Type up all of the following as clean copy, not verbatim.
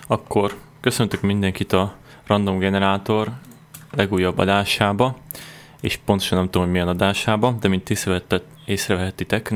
Akkor köszöntök mindenkit a Random Generator legújabb adásába, és pontosan nem tudom, hogy milyen adásába, de mint észrevehetitek,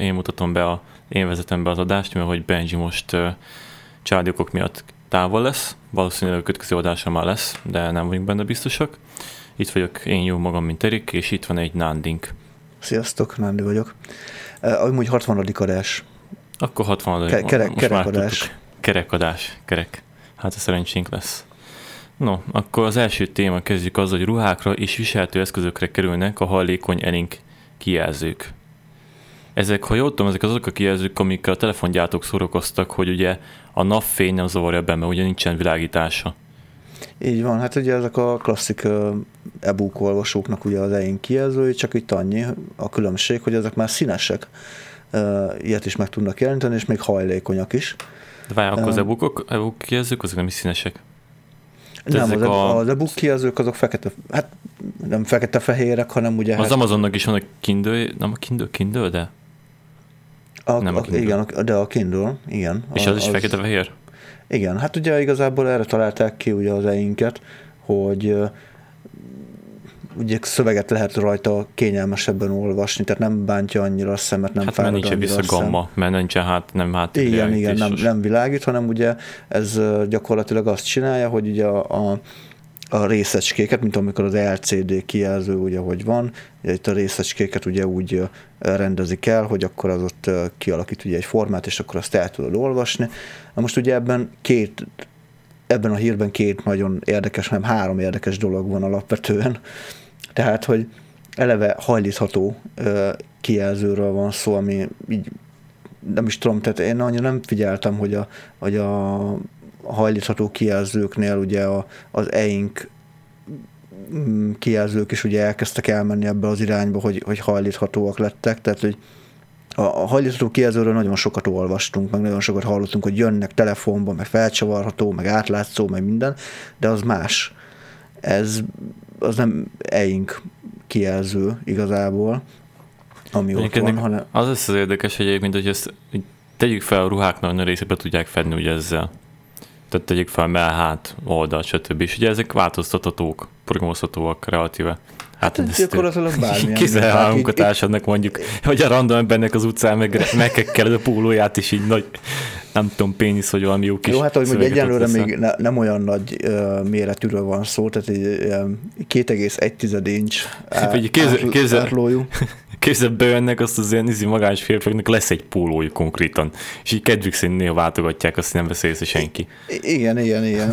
én vezetem be az adást, mert hogy Benji most családi okok miatt távol lesz, valószínűleg a következő adása már lesz, de nem vagyunk benne biztosak. Itt vagyok én jó magam, mint Erik, és itt van egy Nándink. Sziasztok, Nándi vagyok. Amúgy 60. adás. Akkor 60. Kerekadás. Kerek. Hát a szerencsénk lesz. No, akkor az első téma kezdjük azzal, hogy ruhákra és viselhető eszközökre kerülnek a hajlékony elink kijelzők. Ezek, ha jól tudom, ezek azok a kijelzők, amikkel a telefongyártók szórakoztak, hogy ugye a napfény nem zavarja be, mert ugye nincsen világítása. Így van, hát ugye ezek a klasszik e-book olvasóknak ugye az elink kijelzői, csak itt annyi a különbség, hogy ezek már színesek. Ilyet is meg tudnak jelenteni, és még hajlékonyak is. De várj, akkor az e-book kijelzők, azok nem is színesek? Nem, az e-book kijelzők azok fekete, hát nem fekete-fehérek, hanem ugye... Az Amazonnak is van a Kindle, nem a Kindle, de? Nem a Kindle. Igen, de a Kindle, igen. És az is fekete-fehér? Igen, hát ugye igazából erre találták ki ugye az einket, hogy ugye szöveget lehet rajta kényelmesebben olvasni, tehát nem bántja annyira a szemet, nem fárad annyira a szem. Hát mert nincs gamma, mert nincsen nem Igen, nem világít, hanem ugye ez gyakorlatilag azt csinálja, hogy ugye a részecskéket, mint amikor az LCD kijelző ugye, hogy van, ugye itt a részecskéket ugye úgy rendezik el, hogy akkor az ott kialakít ugye egy formát, és akkor azt el tudod olvasni. Na most ugye ebben a hírben két nagyon érdekes, hanem három érdekes dolog van alapvetően. Tehát, hogy eleve hajlítható kijelzőről van szó, ami így nem is tudom, tehát én annyira nem figyeltem, hogy a hajlítható kijelzőknél ugye az e-ink kijelzők is ugye elkezdtek elmenni ebbe az irányba, hogy hajlíthatóak lettek, tehát hogy a hajlítható kijelzőről nagyon sokat olvastunk, meg nagyon sokat hallottunk, hogy jönnek telefonba, meg felcsavarható, meg átlátszó, meg minden, de az más. Az nem e-ink kijelző igazából, ami ott van, hanem... Az lesz az érdekes, hogy egyébként, hogy ezt tegyük fel, a ruháknak nagy részében tudják fedni ugye ezzel. Tehát tegyük fel mellhát, oldal, stb. És ugye ezek változtathatók, programozhatóak relatíve. Hát gyakorlatilag bármilyen. Kizel a munkatársadnak mondjuk, hogy a random embernek az utcán megekkeled a pólóját, és így nagy, nem tudom, pénisz, hogy valami jó kis. Jó, hát hogy egyenlőre még nem olyan nagy méretűről van szó, tehát egy 2,1 inch átlójú. Képzeld be önnek azt az ilyen magáns férfiaknak lesz egy pólójuk konkrétan, és így kedvük szerint néha váltogatják, azt nem veszi észre senki. Igen.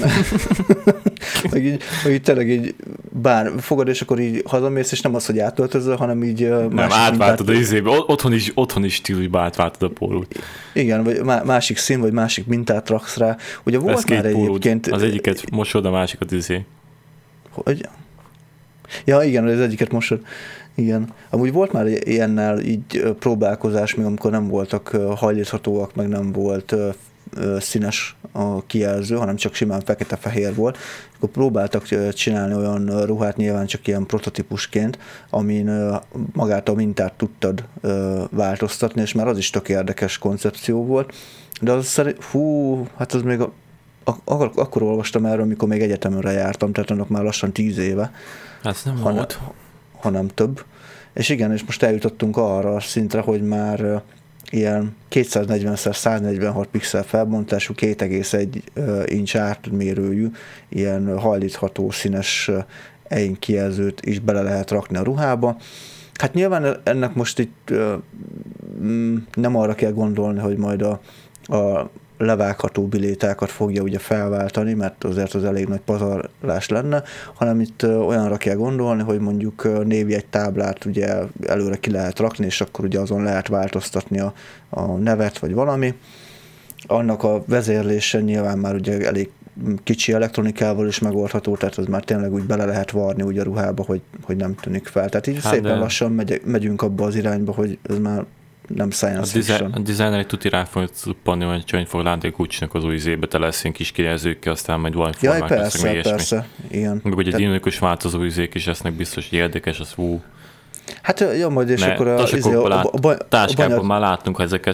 Hogy tényleg így fogad, és akkor így hazamész, és nem az, hogy átöltözöl, hanem így... Nem, átváltod az izébe, otthon is stílusba átváltod a pólót. Igen, vagy másik szín, vagy másik mintát raksz rá. Ugye volt már egyébként... Az egyiket mosod, a másikat izé. Hogy? Ja, igen, az egyiket mosod. Igen. Amúgy volt már ilyennel így próbálkozás, még amikor nem voltak hajlíthatóak, meg nem volt színes a kijelző, hanem csak simán fekete-fehér volt. Akkor próbáltak csinálni olyan ruhát, nyilván csak ilyen prototípusként, amin magát a mintát tudtad változtatni, és már az is tök érdekes koncepció volt. De az hát az még akkor olvastam erről, amikor még egyetemre jártam, tehát annak már lassan 10 éve. Hát nem volt. Hanem több. És igen, és most eljutottunk arra a szintre, hogy már ilyen 240x146 pixel felbontású, 2,1 inch átmérőjű, ilyen hajlítható színes e-ink kijelzőt is bele lehet rakni a ruhába. Hát nyilván ennek most itt nem arra kell gondolni, hogy majd a levágható bilétákat fogja ugye felváltani, mert azért az elég nagy pazarlás lenne, hanem itt olyanra kell gondolni, hogy mondjuk névjegytáblát ugye előre ki lehet rakni, és akkor ugye azon lehet változtatni a nevet, vagy valami. Annak a vezérlése nyilván már ugye elég kicsi elektronikával is megoldható, tehát az már tényleg úgy bele lehet varni úgy a ruhába, hogy nem tűnik fel. Tehát így szépen lassan megyünk abba az irányba, hogy ez már nem science fiction. A designerek tuti rá fogja szuppanni, hogy csöny fog látni, hogy Gucci-nak az új zébe tele lesz ilyen kis kijelzőkkel, aztán majd valami formák lesznek, meg ilyesmi. Persze, igen. Meg hogy a dinamikus változó izék is lesznek biztos, hogy érdekes, az Hát jó, majd és akkor táskában már láttunk ezeket.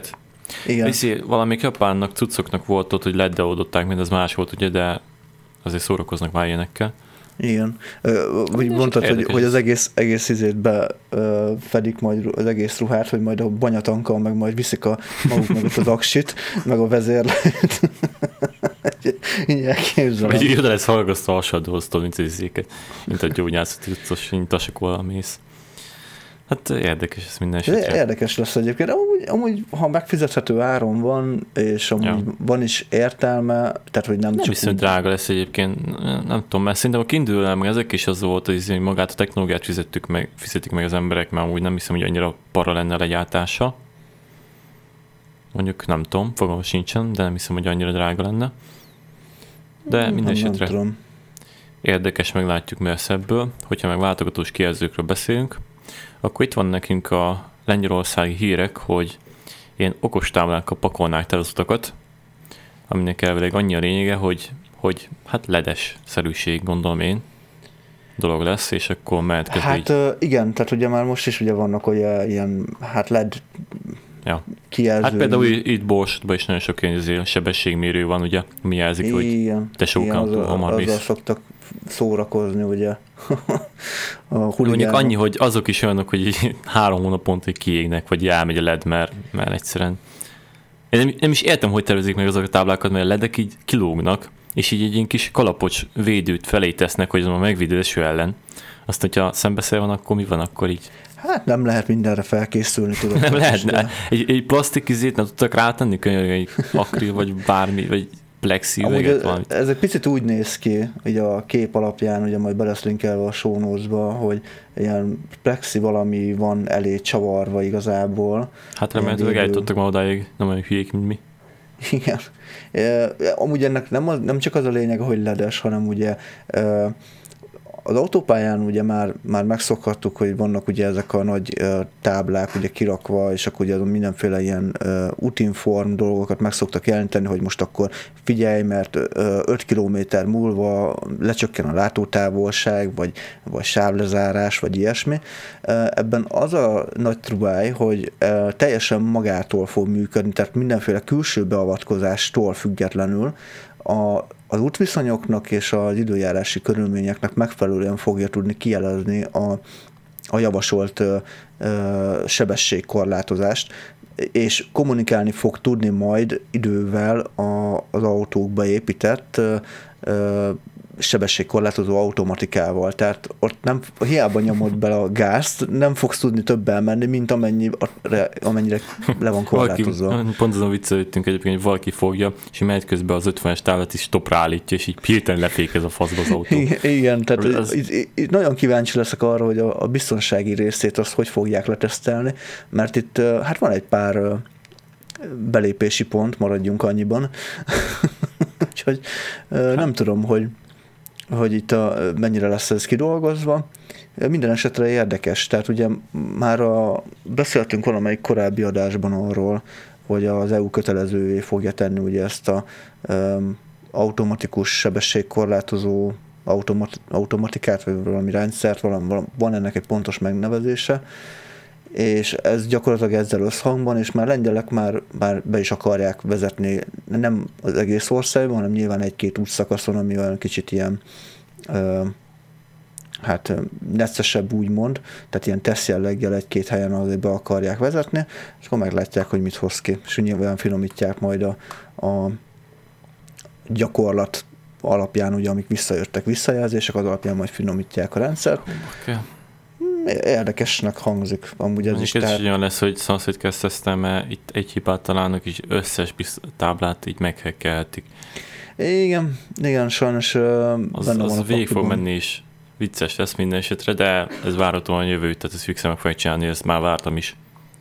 Igen. Valamelyik japánnak, cuccoknak volt ott, hogy leddeoldották, mint az más volt, ugye, de azért szórakoznak már ilyenekkel. Igen. Úgy mondtad, hogy az egész izét fedik majd az egész ruhát, hogy majd a banyatankkal, meg majd viszik maguk mögött az aksit, meg a vezérlet. Így elképzelem. Vagy ide lesz hallgasztva a hasadóhoz, mint a gyógyászati cuccos, mint tasakolva mész. Hát érdekes ez minden esetre. Érdekes lesz egyébként. Amúgy, ha megfizethető áron van, és amúgy van is értelme, tehát hogy nem csak viszont úgy... drága lesz egyébként, nem tudom, mert szerintem a Kindle-el meg ezek is az volt, hogy magát a technológiát fizetik meg az emberek, mert amúgy nem hiszem, hogy annyira para lenne a legyártása. Mondjuk nem tudom, fogalmam sincsen, de nem hiszem, hogy annyira drága lenne. De minden esetre érdekes, meglátjuk mi lesz ebből. Hogyha meg váltogatós kijelzőkről beszélünk, akkor itt van nekünk a lengyelországi hírek, hogy ilyen okostáblákkal pakolnák tele az utakat, aminek elvileg annyi a lényege, hogy hát ledes szerűség, gondolom én, dolog lesz, és akkor mehet közben. Hát igen, tehát ugye már most is ugye vannak olyan ilyen LED kijelző. Hát például itt Borsodban is nagyon sok ilyen sebességmérő van, ugye, mi jelzik, hogy te sokan túl hamar mész. Azzal szoktak szórakozni, ugye. Mondjuk annyi, hogy azok is olyanok, hogy így 3 hónapontig kiégnek, vagy elmegy a LED, mert egyszerűen. Én nem is értem, hogy tervezik meg azok a táblákat, mert a ledek így kilógnak, és így egy ilyen kis kalapocs védőt felé tesznek, hogy az már megvédő eső ellen. Azt, hogyha szembeszel van, akkor mi van, akkor így? Hát nem lehet mindenre felkészülni, tudod. Nem lehet, egy plastik izét nem tudtak rátenni, egy akril, vagy bármi, vagy plexi üveget valamit. Ez egy picit úgy néz ki, ugye a kép alapján, ugye majd beleszlinkelve a show notes-ba, hogy ilyen plexi valami van elé csavarva igazából. Hát remélhetőleg eljutottak ma odáig, nem olyan hülyék, mint mi. Igen. Amúgy ennek nem csak az a lényeg, hogy ledes, hanem ugye az autópályán ugye már megszokhattuk, hogy vannak ugye ezek a nagy táblák ugye kirakva, és akkor ugye mindenféle ilyen útinform dolgokat meg szoktak jelenteni, hogy most akkor figyelj, mert 5 kilométer múlva lecsökken a látótávolság, vagy sávlezárás, vagy ilyesmi. Ebben az a nagy trubály, hogy teljesen magától fog működni, tehát mindenféle külső beavatkozástól függetlenül az útviszonyoknak és az időjárási körülményeknek megfelelően fogja tudni kijelezni a javasolt sebességkorlátozást, és kommunikálni fog tudni majd idővel az autókba épített sebességkorlátozó automatikával. Tehát ott nem, hiába nyomod bele a gázt, nem fogsz tudni többel menni, mint amennyire le van korlátozva. Pont azon viccelődtünk egyébként, hogy valaki fogja, és megy közben az 50-es távat is stopra állítja, és így hirtelen lefékez a faszba az autó. Igen, tehát itt nagyon kíváncsi leszek arra, hogy a biztonsági részét azt hogy fogják letesztelni, mert itt hát van egy pár belépési pont, maradjunk annyiban. Úgyhogy nem tudom, hogy itt mennyire lesz ez kidolgozva. Minden esetre érdekes, tehát ugye már beszéltünk valamelyik korábbi adásban arról, hogy az EU kötelezővé fogja tenni ugye ezt a automatikus sebességkorlátozó automatikát, vagy valami rendszert, van ennek egy pontos megnevezése, és ez gyakorlatilag ezzel összhangban, és már lengyelek már be is akarják vezetni, nem az egész országban, hanem nyilván egy-két útszakaszon, ami olyan kicsit ilyen hát neccesebb úgymond, tehát ilyen teszt jelleggel egy-két helyen azért be akarják vezetni, és akkor meglátják, hogy mit hoz ki, és nyilván finomítják majd a gyakorlat alapján, ugye, amik visszajöttek visszajelzések, az alapján majd finomítják a rendszert. Okay. Érdekesnek hangzik amúgy ez is. Ez is olyan lesz, hogy szanszét kezdtem, mert itt egy hibát találnak, és összes táblát így meghekkelhetik. Igen, sajnos az végig fog menni is. Vicces lesz minden esetre, de ez várhatóan jövő, tehát ezt fixen meg fogják csinálni, ezt már vártam is.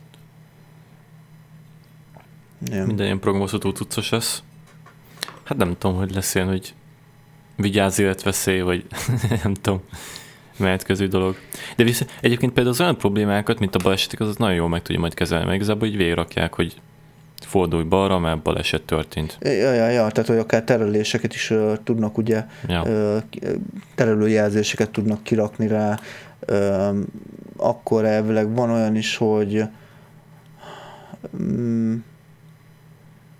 Ja. Minden ilyen programozható cuccos lesz. Hát nem tudom, hogy lesz ilyen, hogy vigyázz életveszély, vagy nem tudom, mehetkező dolog. De egyébként például az olyan problémákat, mint a balesetek, az nagyon jól meg tudja majd kezelni, meg igazából így végigrakják, hogy fordulj balra, mert baleset történt. Ja, tehát hogy akár tereléseket is tudnak ugye, terelőjelzéseket tudnak kirakni rá, akkor elvileg van olyan is, hogy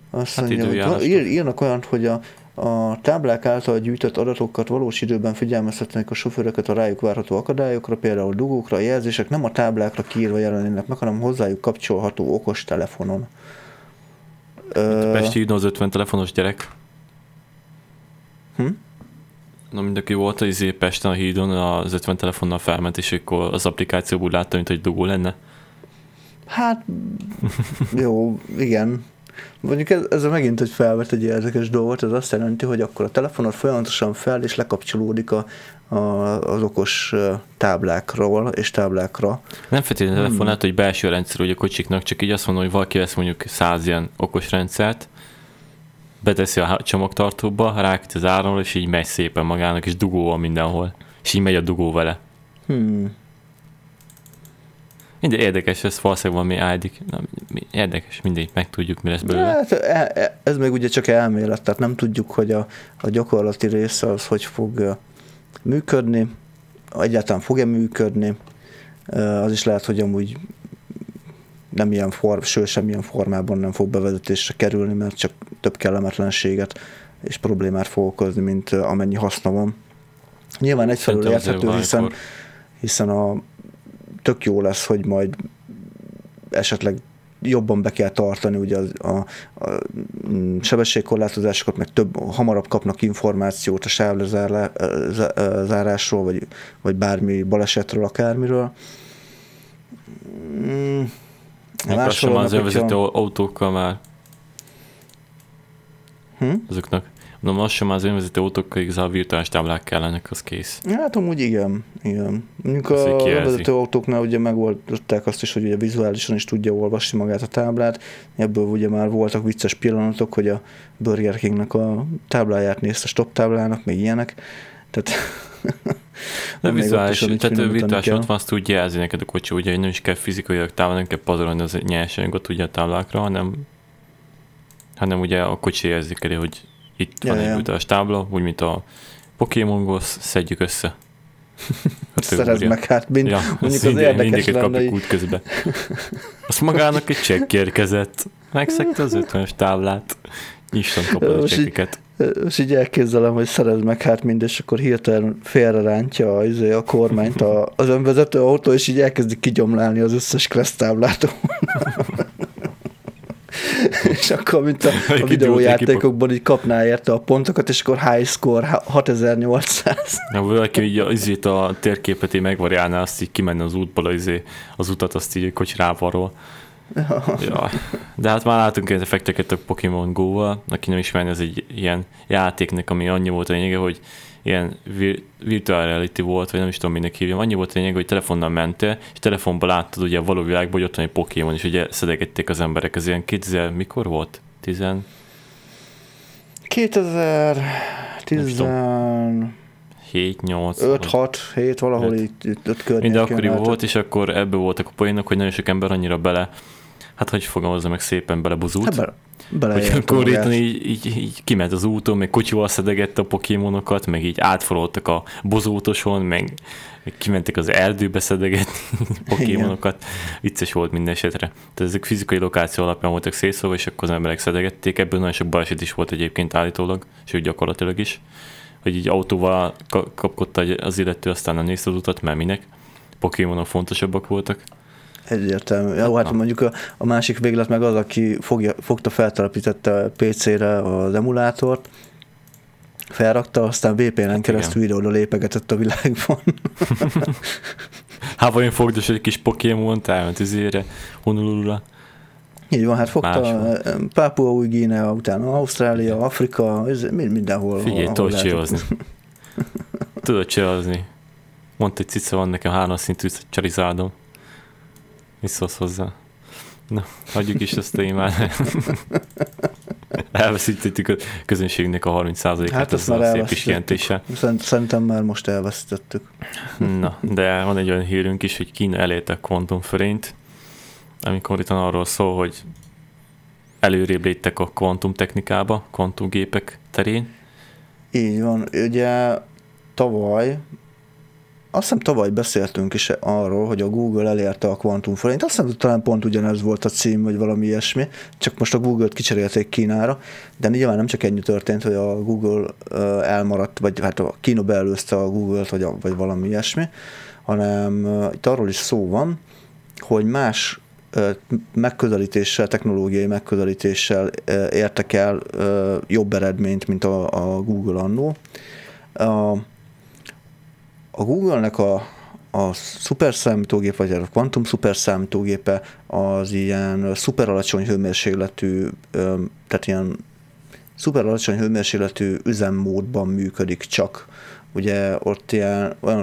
Azt Hát mondja, hogy időjárás. írnak olyat, hogy a táblák által gyűjtött adatokat valós időben figyelmeztetnek a sofőröket a rájuk várható akadályokra, például dugókra, a jelzések nem a táblákra kiírva jelennének meg, hanem hozzájuk kapcsolható okos telefonon. Mint a Pesti hídon az 50 telefonos gyerek. Na, mindenki volt az Pesten a hídon, az 50 telefonnal felment, és akkor az applikációból látta, mint hogy dugó lenne. Hát, jó, igen. Mondjuk ez megint, hogy felvet egy érdekes dolgot, ez azt jelenti, hogy akkor a telefonod folyamatosan fel és lekapcsolódik az okos táblákról és táblákra. Nem feltétlenül telefon, lehet, hogy belső rendszer ugye a kocsiknak, csak így azt mondom, hogy valaki vesz mondjuk 100 ilyen okos rendszert, beteszi a csomagtartóba, ráköt az áramról, és így megy szépen magának, és dugó van mindenhol. És így megy a dugó vele. Minden érdekes, ez valószínűleg valami ID-k. Érdekes, mindegy, megtudjuk, mi lesz belőle. Hát, ez még ugye csak elmélet, tehát nem tudjuk, hogy a gyakorlati része az hogy fog működni, egyáltalán fog-e működni. Az is lehet, hogy amúgy nem ilyen semmilyen formában nem fog bevezetésre kerülni, mert csak több kellemetlenséget és problémát fog okozni, mint amennyi haszna van. Nyilván egyfelől érthető, hiszen tök jó lesz, hogy majd esetleg jobban be kell tartani ugye a sebességkorlátozásokat, meg hamarabb kapnak információt a sávlezárásról, vagy bármi balesetről, akármiről. Lassan már az önvezető autókkal már. Azoknak. Mondom, lassan már az önvezető autókkal igazából virtuális táblák kellenek, az kész. Hát amúgy igen. Mondjuk a önvezető autóknál ugye megoldották azt is, hogy ugye vizuálisan is tudja olvasni magát a táblát. Ebből ugye már voltak vicces pillanatok, hogy a Burger Kingnek a tábláját nézte stop táblának, még ilyenek. Tehát de vizuális, tehát virtuális ott van, azt tudja jelzni neked a kocsi, ugye nem is kell fizikailag táblán, nem kell pazarolni az nyersanyagot ugye a táblákra, hanem ugye a kocsi érzékeli, hogy itt van egy virtuális tábla, úgy, mint a Pokémon Go, szedjük össze. Szerezd meg, hát mondjuk az érdekes lenne. Út közben. Azt magának egy csekk érkezett. Megszegte az 50-es táblát. Nyisson kapod a csekkeket. És így elképzelem, hogy szerezd meg hát mind, és akkor hirtelen félrerántja a kormányt az önvezető autó, és így elkezdi kigyomlálni az összes kresztáblát. És akkor, mint a videójátékokban így kapná érte a pontokat, és akkor high score 6800. Na, valaki így a térképet így megvariálná, azt így kimenne az útból az utat, azt így kocsi rávarol. Ja. De hát már látunk ilyen effekteket a Pokémon Go-val, aki nem ismerni, ez egy ilyen játéknek, ami annyi volt a lényege, hogy ilyen virtual reality volt, vagy nem is tudom, minek hívjam. Annyi volt a lényege, hogy telefonnal mentél, és telefonban láttad ugye a való világban, hogy ott van egy Pokémon, és ugye szedegették az emberek. Ez ilyen 2000, mikor volt? 2010... 7, 8... 5, 6, 7, valahol itt környéken. Minden akkoriban volt, és akkor ebből voltak a poénok, hogy nagyon sok ember annyira hát hogy fogalmazza meg szépen, belebuzult. Hát hogy konkrétan így kiment az úton, meg kocsival szedegette a pokémonokat, meg így átforoltak a bozótoson, meg kimentek az erdőbe szedegetni pokémonokat. Vicces volt minden esetre. Tehát ezek fizikai lokáció alapján voltak szétszólva, és akkor az emberek szedegették. Ebből nagyon sok baleset is volt egyébként állítólag, sőt gyakorlatilag is. Hogy így autóval kapkodta az illető, aztán nem nézte az utat, mert minek. Pokémonok fontosabbak voltak. Egyértelmű. Jó, hát mondjuk a másik véglet meg az, aki fogta, feltelepítette PC-re az emulátort, felrakta, aztán VPN-en keresztül ide-oda lépegetett a világban. Hát vajon fogdos egy kis Pokémon, elment üzére, Honolulura. Így van, hát fogta Pápua Új-Guinea, utána Ausztrália, Afrika, mindenhol. Figyelj, tudod csihozni. Tudod csihozni. Mondta, hogy cica van nekem 3 szintű Charizardom. Mi szólsz hozzá? Na, hagyjuk is ezt a témát. Elveszítettük a közönségnek a 30%-át, hát ezzel a szép kis jelentéssel. Szerintem már most elvesztettük. Na, de van egy olyan hírünk is, hogy Kína elérte a kvantumförényt, amikor itt arról szól, hogy előrébb léptek a kvantumtechnikába, kvantumgépek terén. Így van. Ugye tavaly azt hiszem tavaly beszéltünk is arról, hogy a Google elérte a kvantumforintot. Azt hiszem, talán pont ugyanez volt a cím, vagy valami ilyesmi, csak most a Google-t kicserélték Kínára, de nyilván nem csak ennyi történt, hogy a Google elmaradt, vagy hát a Kína beelőzte a Google-t, vagy valami ilyesmi, hanem itt arról is szó van, hogy más megközelítéssel, technológiai megközelítéssel értek el jobb eredményt, mint a Google annó. A Google-nek a szuperszámítógép, vagy a kvantum szuperszámítógépe az ilyen szuper alacsony hőmérsékletű, tehát ilyen szuper alacsony hőmérsékletű üzemmódban működik csak. Ugye ott ilyen olyan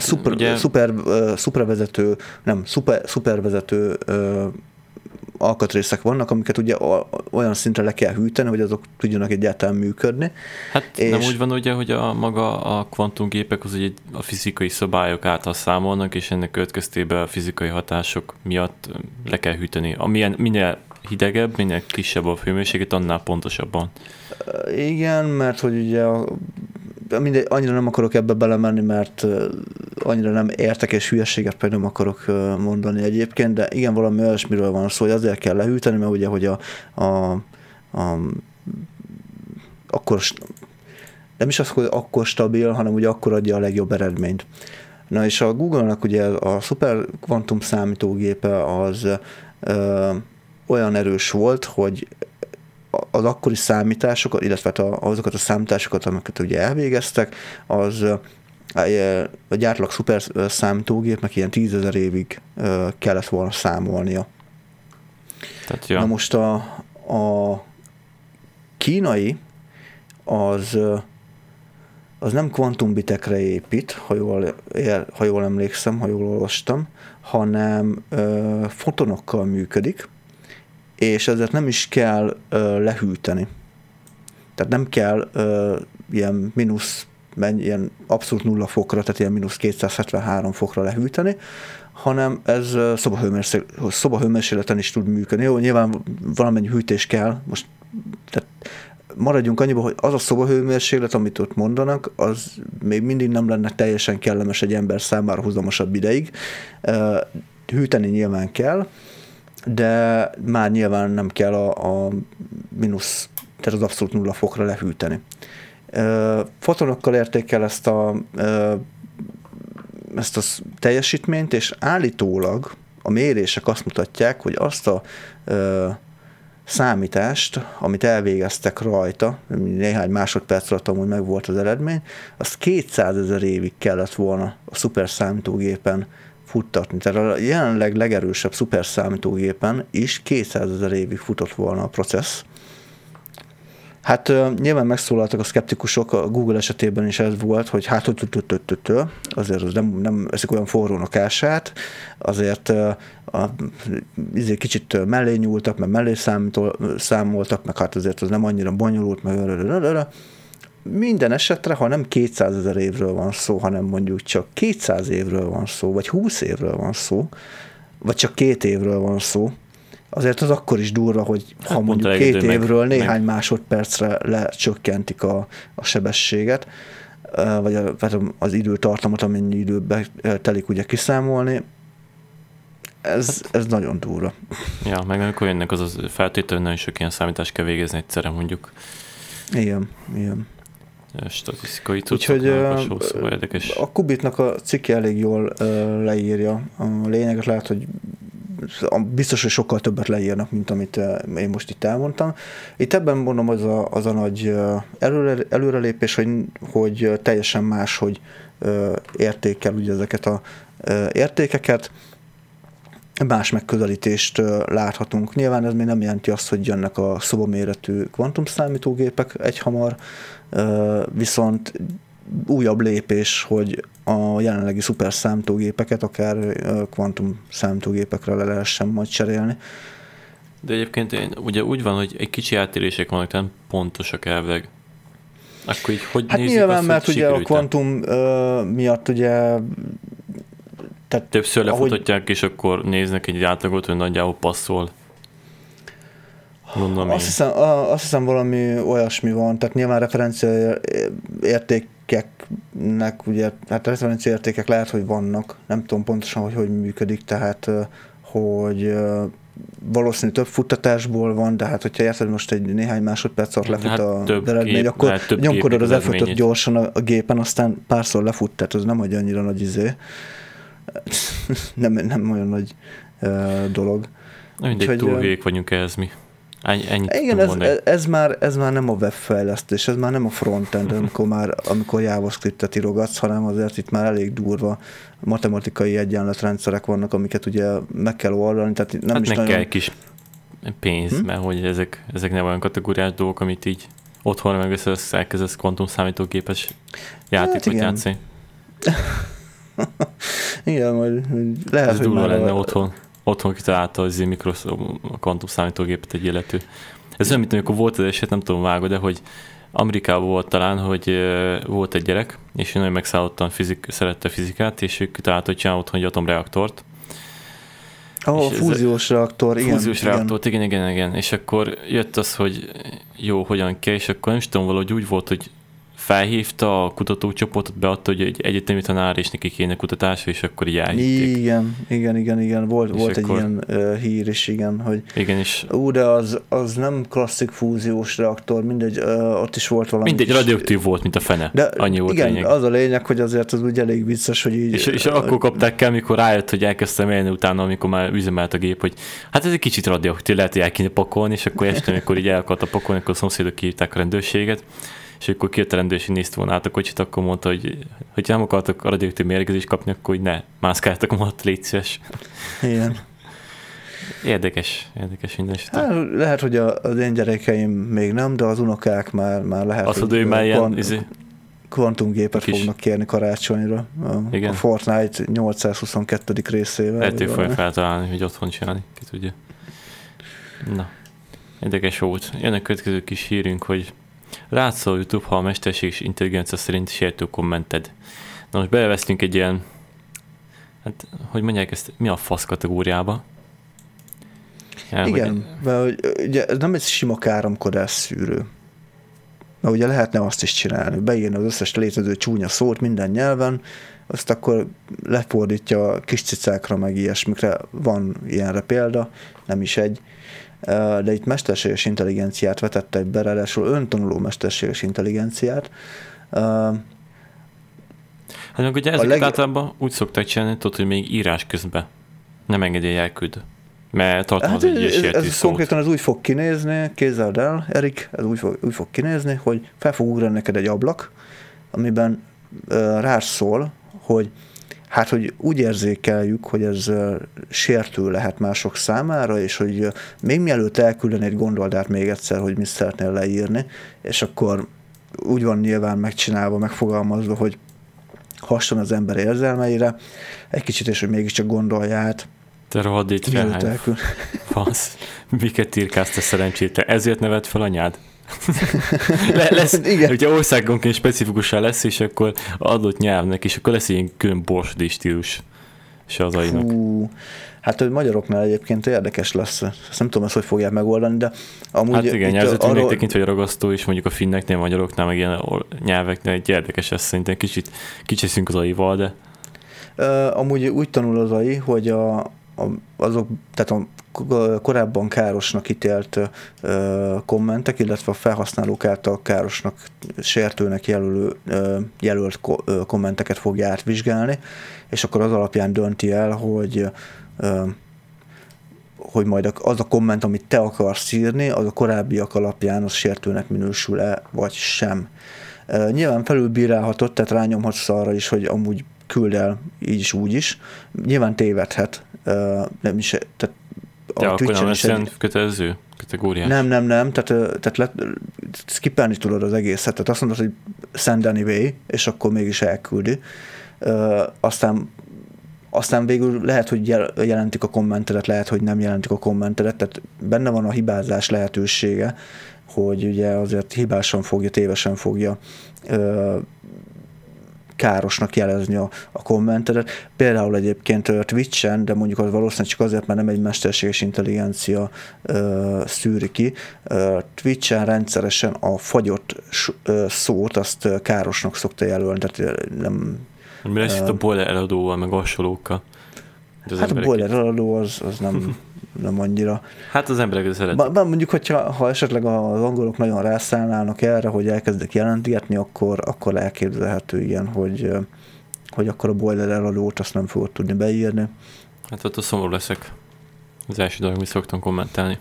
szupervezető alkatrészek vannak, amiket ugye olyan szintre le kell hűteni, hogy azok tudjanak egyáltalán működni. Hát és nem úgy van ugye, hogy maga a kvantumgépek az ugye a fizikai szabályok által számolnak, és ennek következtében a fizikai hatások miatt le kell hűteni. Minél hidegebb, minél kisebb a hőmérséklet, annál pontosabban. Igen, mert hogy ugye annyira nem akarok ebbe belemenni, mert annyira nem értek, és hülyeséget pedig nem akarok mondani egyébként, de igen, valami olyasmiről van szó, hogy azért kell lehűteni, mert ugye, hogy akkor nem is az, hogy akkor stabil, hanem ugye akkor adja a legjobb eredményt. Na és a Google-nak ugye a szuper kvantum számítógépe az olyan erős volt, hogy az akkori számításokat, illetve azokat a számításokat, amiket ugye elvégeztek, az egy átlag szuper számítógépnek ilyen 10 000 évig kellett volna számolnia. Tehát, ja. Na most a kínai az nem kvantumbitekre épít, ha jól emlékszem, ha jól olvastam, hanem fotonokkal működik, és ezért nem is kell lehűteni. Tehát nem kell ilyen ilyen abszolút 0 fokra, tehát ilyen -273 fokra lehűteni, hanem ez szobahőmérsékleten is tud működni. Jó, nyilván valamennyi hűtés kell, most tehát maradjunk annyiba, hogy az a szobahőmérséklet, amit ott mondanak, az még mindig nem lenne teljesen kellemes egy ember számára hozamosabb ideig. Hűteni nyilván kell, de már nyilván nem kell a mínusz, tehát az abszolút 0 fokra lehűteni. Fotonokkal érték el ezt a teljesítményt, és állítólag a mérések azt mutatják, hogy azt a számítást, amit elvégeztek rajta, néhány másodperc alatt amúgy meg volt az eredmény, azt 200 000 évig kellett volna a szuperszámítógépen futtatni. Tehát a jelenleg legerősebb szuperszámítógépen is 200 000 évig futott volna a processz. Hát nyilván megszólaltak a szkeptikusok, a Google esetében is ez volt, hogy hát azért az nem eszik olyan forrónak ását, azért kicsit mellé nyúltak, meg mellé számoltak, meg hát azért az nem annyira bonyolult, meg minden esetre, ha nem 200 000 évről van szó, hanem mondjuk csak 200 évről van szó, vagy 20 évről van szó, vagy csak 2 évről van szó, azért az akkor is durva, hogy ha hát mondjuk 2 évről néhány másodpercre lecsökkentik a sebességet, vagy az időtartamot, amennyi időbe telik ugye kiszámolni, ez nagyon durva. Ja, meg amikor jönnek az feltétlenül nagyon sok ilyen számítást kell végezni egyszerre mondjuk. Igen. Statisztikai tudszok, szóval érdekes. A Qubitnak a cikke elég jól leírja a lényeget, lehet, hogy biztos, hogy sokkal többet leírnak, mint amit én most itt elmondtam. Itt ebben mondom, az a nagy előrelépés, hogy teljesen más, hogy értékel ugye ezeket a értékeket, más megközelítést láthatunk. Nyilván ez még nem jelenti azt, hogy jönnek a szobaméretű kvantumszámítógépek egyhamar, viszont újabb lépés, hogy a jelenlegi szuperszámítógépeket akár kvantumszámítógépekre le lehessen majd cserélni. De egyébként ugye úgy van, hogy egy kicsi átérések vannak, nem pontosak elvileg. Akkor így hogy hát nyilván, azt, mert ugye a kvantum miatt ugye tehát többször lefutatják, és akkor néznek egy átlagot, hogy nagyjából passzol. Azt hiszem valami olyasmi van, tehát nyilván referencia értékeknek, ugye, hát referencia értékek lehet, hogy vannak, nem tudom pontosan, hogy működik, tehát hogy valószínű több futtatásból van, de hát hogyha érted, most egy néhány másodperc alatt lefut Hát az eredmény, akkor nyomkodod az F5-öt gyorsan a gépen, aztán párszor lefut, tehát az nem egy annyira nagy nem olyan nagy dolog. Mindegy, túl hülyék vagyunk ehhez mi. Ennyit igen, ez már nem a webfejlesztés, ez már nem a frontend, amikor JavaScript-et írogatsz, hanem azért itt már elég durva matematikai egyenletrendszerek vannak, amiket ugye meg kell oldani. Tehát nem hát is meg nagyon... kell kis pénz, mert hogy ezek nem olyan kategóriás dolgok, amit így otthon meg elkezdesz kvantumszámítógépes játékot játszani. Igen, majd lehet, ez hogy durva lenne otthon kitalálta az a kvantumszámítógépet egy illető. Ez olyan, mint amikor volt az eset, nem tudom vágod, de hogy Amerikában volt talán, hogy volt egy gyerek, és ő nagyon megszállottan szerette fizikát, és ő kitalálta, hogy csinál otthon egy atomreaktort. Fúziós reaktor, igen. Fúziós reaktort, igen. És akkor jött az, hogy jó, hogyan kell, és akkor nem is tudom, valahogy úgy volt, hogy felhívta a kutatócsoportot, beadta, hogy egy egyetemi tanár, és neki kéne kutatásra, és akkor így elhitték. Igen. Volt egy ilyen hír is, igen, hogy igen, és de az nem klasszik fúziós reaktor, mindegy, ott is volt valami. Mindegy, radioaktív volt, mint a fene. De annyi volt igen, lényeg. Az a lényeg, hogy azért az úgy elég vicces, hogy így... És akkor kapták el, mikor rájött, hogy elkezdtem élni utána, amikor már üzemelt a gép, hogy hát ez egy kicsit radioaktív, lehet, hogy el kéne pakolni, és akkor este, amikor így el akarta pakolni, akkor a szomszédok kihívták a rendőrséget. És akkor kijött a rendőrség, nézte volna át a kocsit, akkor mondta, hogy nem akartok a radioaktív mérgezést kapni, akkor hogy ne, mászkáltak alatt, légy szíves. Igen. Érdekes minden esetben. Hát, lehet, hogy az én gyerekeim még nem, de az unokák már lehet, azt hogy már ilyen kvantumgépet fognak kérni karácsonyra. A Fortnite 822. részével. Lehet, hogy fogja feltalálni, hogy otthon csinálni, ki tudja. Na, érdekes volt. Jön a következő kis hírünk, hogy látszol a YouTube, ha a mesterséges intelligencia szerint sértő kommented. Na most belevesztünk egy ilyen, hát, hogy mondják ezt, mi a fasz kategóriába? Igen, mert ugye ez nem egy sima káromkodás szűrő. Mert ugye lehetne azt is csinálni, beírni az összes létező csúnya szót minden nyelven, azt akkor lefordítja kis cicákra, meg ilyesmikre. Van ilyenre példa, nem is egy. De itt mesterséges intelligenciát vetette be, ráadásul öntanuló mesterséges intelligenciát. Hát meg ugye ezeket általában úgy szokták csinálni, tudod, hogy még írás közben nem engedélyel küld. Mert tartalmaz egy ilyen sértő ez konkrétan ez úgy fog kinézni, képzeld el, Erik, ez úgy fog kinézni, hogy fel fog ugrani neked egy ablak, amiben rád szól, hogy hát, hogy úgy érzékeljük, hogy ez sértő lehet mások számára, és hogy még mielőtt elküldenéd, gondold át még egyszer, hogy mit szeretnél leírni, és akkor úgy van nyilván megcsinálva, megfogalmazva, hogy hasson az ember érzelmeire, egy kicsit, és hogy mégiscsak gondolj át. Te rohadét felhány. Fasz. Miket írkálsz te szerencsétlen? Ezért neved fel anyád? lesz, ugye országonként specifikusan lesz, és akkor adott nyelvnek, és akkor lesz ilyen külön borsodi stílus se az ainak. Hát, hogy magyaroknál egyébként érdekes lesz. Ezt nem tudom, ezt hogy fogják megoldani, de amúgy... Hát igen, nyelvezetünknek tekintve, hogy ragasztó, és mondjuk a finneknél, magyaroknál, meg ilyen nyelveknél egy érdekes lesz, szerintem kicsit kicseszünk az aival, de... Amúgy úgy tanul az AI, hogy azok, tehát a korábban károsnak ítélt kommentek, illetve a felhasználók által károsnak, sértőnek jelölt kommenteket fogja átvizsgálni, és akkor az alapján dönti el, hogy majd az a komment, amit te akarsz írni, az a korábbiak alapján az sértőnek minősül-e, vagy sem. Nyilván felülbírálhatod, tehát rányomhatsz arra is, hogy amúgy küld el így is, úgy is. Nyilván tévedhet. Nem is, tehát de akkor nem lesz ilyen kötelező kategóriás? Nem. Tehát skippelni tudod az egészet. Tehát azt mondod, hogy send anyway, és akkor mégis elküldi. Aztán végül lehet, hogy jelentik a kommentedet, lehet, hogy nem jelentik a kommentedet. Tehát benne van a hibázás lehetősége, hogy ugye azért hibásan fogja, tévesen fogja károsnak jelezni a kommentedet. Például egyébként Twitch-en, de mondjuk az valószínűleg csak azért, mert nem egy mesterséges intelligencia szűri ki. Twitch-en rendszeresen a fagyott szót azt károsnak szokta jelölni, tehát nem... Mi lesz itt a boiler eladóval, meg hasonlókkal? Hát a boiler eladó az nem annyira. Hát az emberek szeretik. Mondjuk, ha esetleg az angolok nagyon rászállnának erre, hogy elkezdek jelentgetni, akkor elképzelhető ilyen, hogy akkor a boiler eladót azt nem fogod tudni beírni. Hát ott a szomorú leszek. Az első dolog, amit szoktam kommentálni.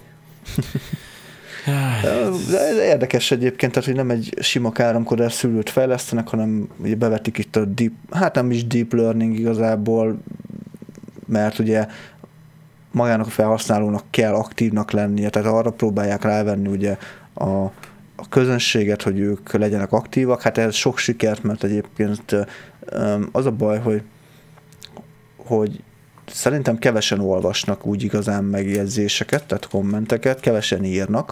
De érdekes egyébként, tehát, hogy nem egy sima káromkodás szűrőt fejlesztenek, hanem ugye bevetik itt a nem is deep learning igazából, mert ugye magának a felhasználónak kell aktívnak lennie, tehát arra próbálják rávenni ugye a közönséget, hogy ők legyenek aktívak. Hát ez sok sikert, mert egyébként az a baj, hogy szerintem kevesen olvasnak úgy igazán megjegyzéseket, tehát kommenteket, kevesen írnak.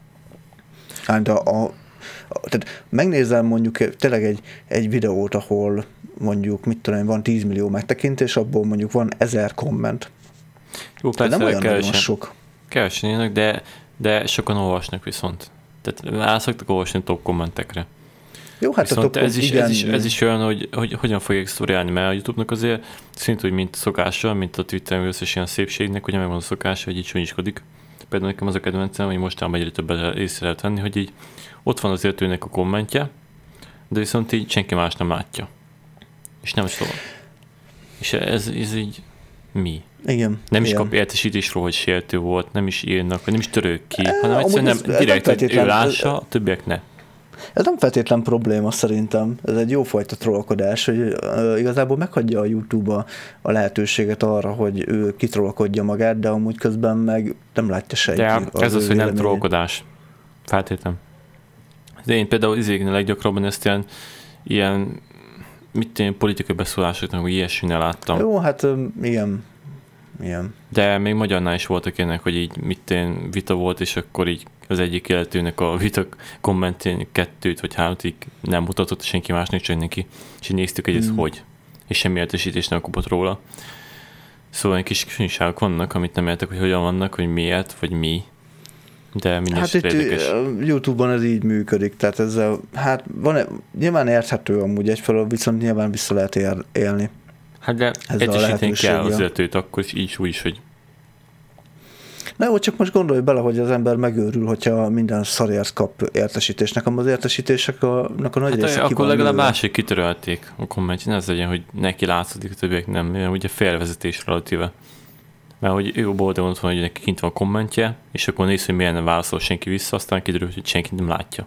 Tehát megnézem mondjuk tényleg egy videót, ahol mondjuk, mit tudom, van 10 millió megtekintés, abból mondjuk van 1000 komment. Jó, persze, nem olyan nagyon sok. Kevesen írnak, de sokan olvasnak viszont. Tehát el szoktak olvasni a top kommentekre. Jó, hát viszont ez is olyan, hogy hogyan fogják sztoriálni, mert a YouTube-nak azért szintúgy, mint szokása, mint a Twitter összes ilyen szépségnek, hogy megvan a szokása, hogy így csúnyiskodik. Például nekem az a kedvencem, hogy mostanában egyre többet észre lehet venni, hogy így ott van az értőnek a kommentje, de viszont így senki más nem látja. És nem szól. És ez így mi? Igen. Nem is kap értesítésről, hogy sértő volt, nem is írnak, nem is törők ki, hanem egyszerűen nem direkt, hogy ő lássa, a többiek ne. Ez nem feltétlen probléma szerintem. Ez egy jófajta trollkodás, hogy igazából meghagyja a YouTube a lehetőséget arra, hogy ő kitrollkodja magát, de amúgy közben meg nem látja senki. De ez az, hogy nem trollkodás. Feltétlen. De én például leggyakrabban ezt ilyen politikai beszólásoknak, hogy ilyesminél láttam. Jó, hát igen. De még magyarnál is voltak ilyenek, hogy így vita volt, és akkor így az egyik illetőnek a vita kommentén 2 vagy 3 nem mutatott senki másnak, csak neki. És így néztük, hogy ez hogy. És semmi értesítést nem kapott róla. Szóval egy kis finomságok vannak, amit nem értek, hogy hogyan vannak, hogy miért, vagy mi. De minden hát itt érdekes. YouTube-on ez így működik, tehát ezzel, hát nyilván érthető amúgy egyfelől, viszont nyilván vissza lehet élni. Hát de értesíteni kell az illetőt, akkor így úgy is, hogy... Na jó, csak most gondolj bele, hogy az ember megőrül, hogyha minden szarért kap értesítést. Nekem az értesítéseknek a nagy része ki akkor legalább másik kitörölték a kommentjén, ne az legyen, hogy neki látszik, a többiek nem, mert ugye félrevezetés relatíve. Mert hogy ő boldogult van, hogy neki kint van a kommentje, és akkor néz, hogy milyen nem válaszol senki vissza, aztán kiderül, hogy senki nem látja.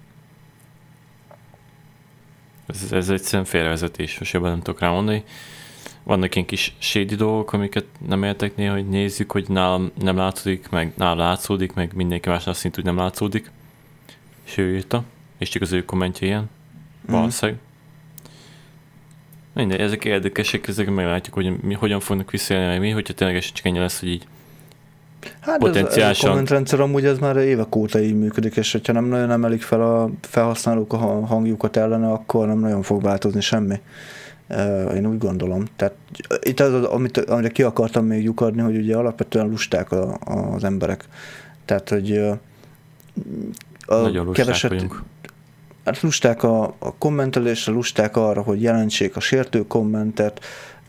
Ez egyszerűen félrevezetés, most jobban nem tudok rá mondani. Vannak ilyen kis shady dolgok, amiket nem értek néha, hogy nézzük, hogy nálam nem látszódik, meg nálam látszódik, meg mindenki másnál szintúgy nem látszódik. És ő írta, és csak az ő kommentje ilyen. Valószínűleg. Mindegy, ezek érdekesek, ezek meglátjuk, hogy hogyan fognak visszaélni, mi, hogyha tényleg csak ennyi lesz, hogy így hát potenciálisan... a kommentrendszer amúgy ez már évek óta így működik, és hogyha nem nagyon emelik fel a felhasználók a hangjukat ellene, akkor nem nagyon fog változni semmi. Én úgy gondolom. Tehát itt az, amire ki akartam még lyukadni, hogy ugye alapvetően lusták az emberek. Tehát, hogy nagyon lusták vagyunk. Hát lusták a kommentelésre, lusták arra, hogy jelentsék a sértő kommentet,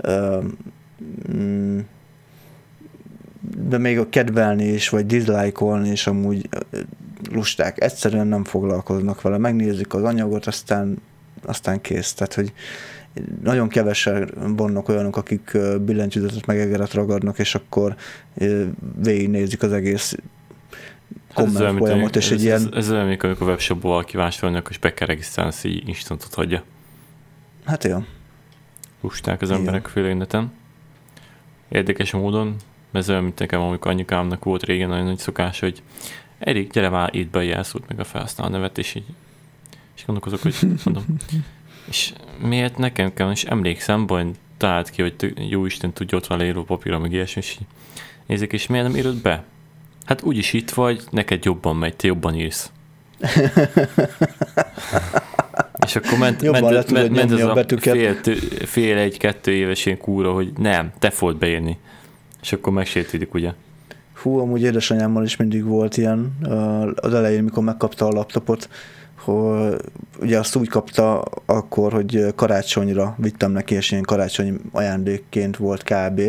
de még a kedvelni is, vagy dislike-olni is amúgy lusták. Egyszerűen nem foglalkoznak vele. Megnézik az anyagot, aztán kész. Tehát, hogy nagyon kevesen vannak olyanok, akik billentyűzetet meg egeret ragadnak, és akkor végignézik az egész komment folyamat, és egy ilyen... Ez olyan, amikor a webshopból valaki vásárolnak, és be kell regisztrálni, hogy így instantot hagyja. Hát jó. Lusták az emberek fél interneten. Érdekes módon, ez olyan, mint nekem, amikor anyukámnak volt régen nagyon nagy szokás, hogy Erik, gyere már, itt be a jelszót, meg a felhasználó nevet, és gondolkozok, hogy mondom, és miért nekem kell, és emlékszem, hogy talált ki, hogy jó Isten tudja, ott van leíró papírra, meg ilyesmi, és nézzük, és miért nem írod be? Hát úgyis itt vagy, neked jobban megy, te jobban írsz. És akkor ment ez a fél egy-kettő éves ilyen kúra, hogy nem, te fogod beírni. És akkor megsértődik, ugye? Hú, amúgy édesanyámmal is mindig volt ilyen, az elején, mikor megkapta a laptopot, hogy ugye azt úgy kapta akkor, hogy karácsonyra vittem neki, és ilyen karácsonyi ajándékként volt kb.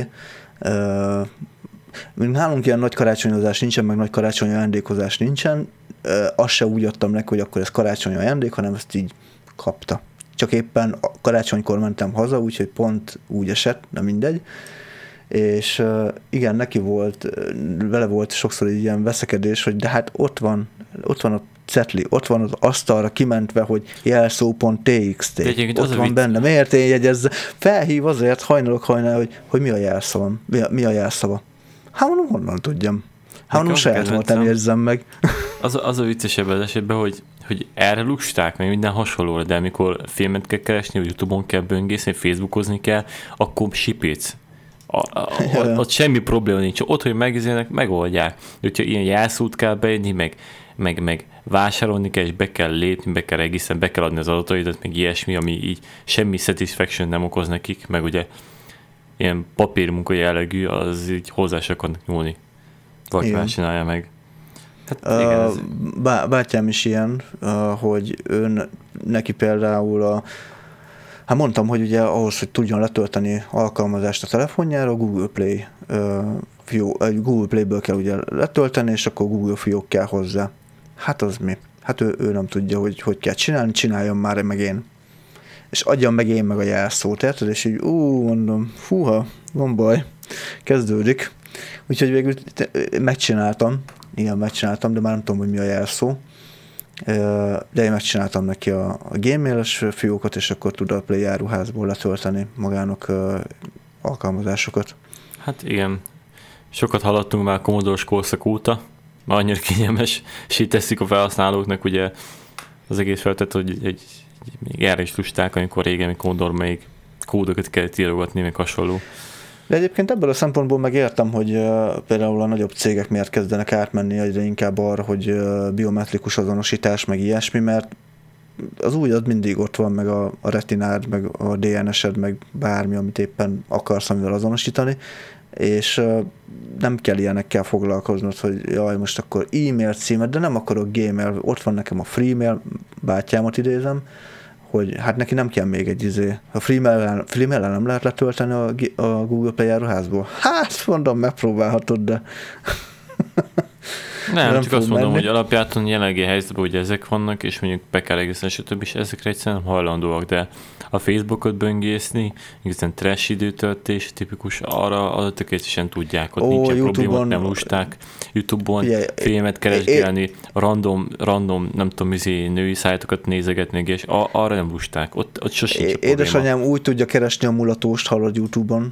Nálunk ilyen nagy karácsonyozás nincsen, meg nagy karácsonyi ajándékozás nincsen, azt se úgy adtam neki, hogy akkor ez karácsonyi ajándék, hanem ezt így kapta. Csak éppen karácsonykor mentem haza, úgyhogy pont úgy esett, nem mindegy. És igen, neki volt, vele volt sokszor egy ilyen veszekedés, hogy de hát ott van a cetli, ott van az asztalra kimentve, hogy jelszó.txt, ott van benne, miért én jegyezzem? Felhív azért hajnalok, hogy mi a jelszavam, mi a jelszava. Hát mondom, honnan tudjam. Hát mondom, sajátomat nem érzem meg. Az a viccesebb az esetben, hogy erre lusták, meg minden hasonlóra, de amikor filmet kell keresni, vagy YouTube-on kell böngészni, Facebookozni kell, akkor sipéc. Ott semmi probléma nincs. Ott, hogy megizélnek, megoldják. De hogyha ilyen jelszót kell beírni, meg vásárolni kell, és be kell lépni, be kell regisztrálni, be kell adni az adataidat, meg ilyesmi, ami így semmi satisfaction nem okoz nekik, meg ugye ilyen papírmunka jellegű, az így hozzá se akarnak nyúlni. Vagy más csinálja meg. Hát, igen, bátyám is ilyen, hogy neki például hát mondtam, hogy ugye ahhoz, hogy tudjon letölteni alkalmazást a telefonjára, Google Play Google Play-ből kell ugye letölteni, és akkor Google fiók kell hozzá. Hát az mi? Hát ő nem tudja, hogy kell csinálni, csináljam már meg én. És adjam meg én meg a jelszót, érted? És így mondom, fúha, van baj, kezdődik. Úgyhogy végül megcsináltam, de már nem tudom, hogy mi a jelszó. De én megcsináltam neki a Gmail-es fiókot, és akkor tud a Play áruházból letölteni magának alkalmazásokat. Hát igen. Sokat hallottunk már Commodore-s korszak óta, már annyira kényelmes, és így teszik a felhasználóknak, ugye az egész feltett, hogy még erre is lusták, amikor régen Commodore még kódokat kellett írogatni, meg hasonló. De egyébként ebből a szempontból megértem, hogy például a nagyobb cégek miért kezdenek átmenni egyre inkább arra, hogy biometrikus azonosítás, meg ilyesmi, mert az új az mindig ott van, meg a retinád, meg a DNS-ed, meg bármi, amit éppen akarsz, amivel azonosítani, és nem kell ilyenekkel foglalkoznod, hogy jaj, most akkor e-mail címet, de nem akarok Gmail, ott van nekem a Freemail, bátyámat idézem, hogy hát neki nem kell még egy A Freemail-el nem lehet letölteni a Google Play áruházból? Hát mondom, megpróbálhatod, de nem csak azt mondom, hogy alapjáton jelenlegi helyzetben ugye ezek vannak, és mondjuk be kell regisztrálni, stb. És ezekre egyszerűen hajlandóak, de a Facebookot böngészni, igazán trash időtöltés, tipikus arra, az tökéletesen tudják, ott nincsen probléma, nem lusták. YouTube-on filmet keresgélni, random, nem tudom, női szájtokat nézegetni, és arra nem lusták, ott sosincs probléma. Édesanyám úgy tudja keresni a mulatóst, hallod YouTube-on.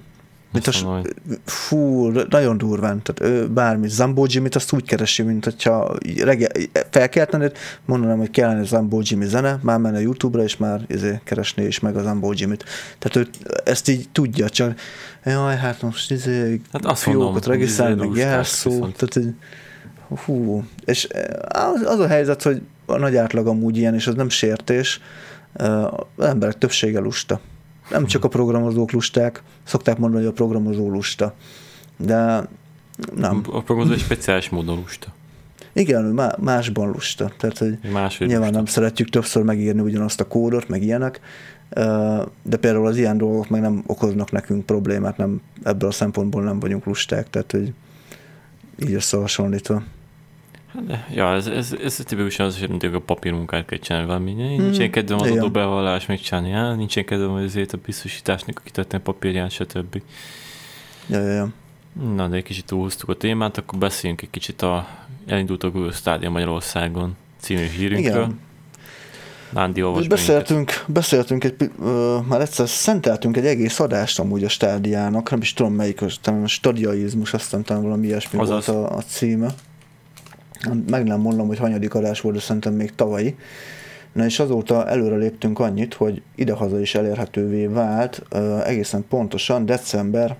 Fú, nagyon durván. Tehát bármi, Zambó Jimmy-t azt úgy keresi, mint hogyha reggel felkeltenéd, mondanám, hogy kellene Zambó Jimmy zene, már menne YouTube-ra, és már keresné is meg a Zambó Jimmy-t. Tehát ő ezt így tudja, csak jaj, hát most hát fiókot regisztrálni, meg jelszó. Tehát, hú. És az a helyzet, hogy a nagy átlag amúgy ilyen, és az nem sértés, az emberek többsége lusta. Nem csak a programozók lusták, szokták mondani, hogy a programozó lusta. De nem. A programozó egy speciális módon lusta. Igen, másban lusta. Tehát, hogy nyilván lusta. Nem szeretjük többször megírni ugyanazt a kódot, meg ilyenek, de például az ilyen dolgok meg nem okoznak nekünk problémát, nem, ebből a szempontból nem vagyunk lusták, tehát hogy így összehasonlítva. Ja, ez tipikusan az, hogy a papírmunkát kell csinálni valami. Nincsen kedvem az adóbevallás megcsinálni, nincsen kedvem azért a biztosításnak, akitetni a papírján, stb. Ja. Na, de egy kicsit túlhoztuk a témát, akkor beszéljünk egy kicsit elindult a Google Stadia Magyarországon című hírünkről. Nándi, olvasd beszéltünk már egyszer szenteltünk egy egész adást amúgy a Stadiának, nem is tudom melyik, talán stadiaizmus, aztán talán valami ilyesmi volt a címe. Meg nem mondom, hogy hanyadik adás volt, de szerintem még tavalyi. Na és azóta előre léptünk annyit, hogy idehaza is elérhetővé vált, egészen pontosan december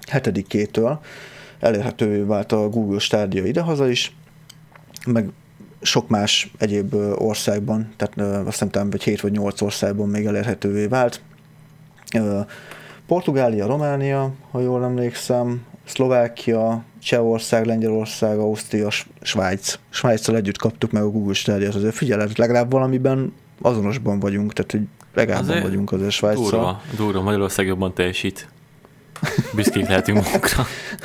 7-től elérhetővé vált a Google Stadia idehaza is, meg sok más egyéb országban, tehát azt hiszem talán 7 vagy 8 országban még elérhetővé vált. Portugália, Románia, ha jól emlékszem, Szlovákia, Csehország, Lengyelország, Ausztria, Svájc. Svájccal együtt kaptuk meg a Google Stadia-t, azért figyelj, legalább valamiben azonosban vagyunk, tehát hogy legalább vagyunk azért Svájccal. Durva, Magyarország jobban teljesít. Büszkék lehetünk magunkra.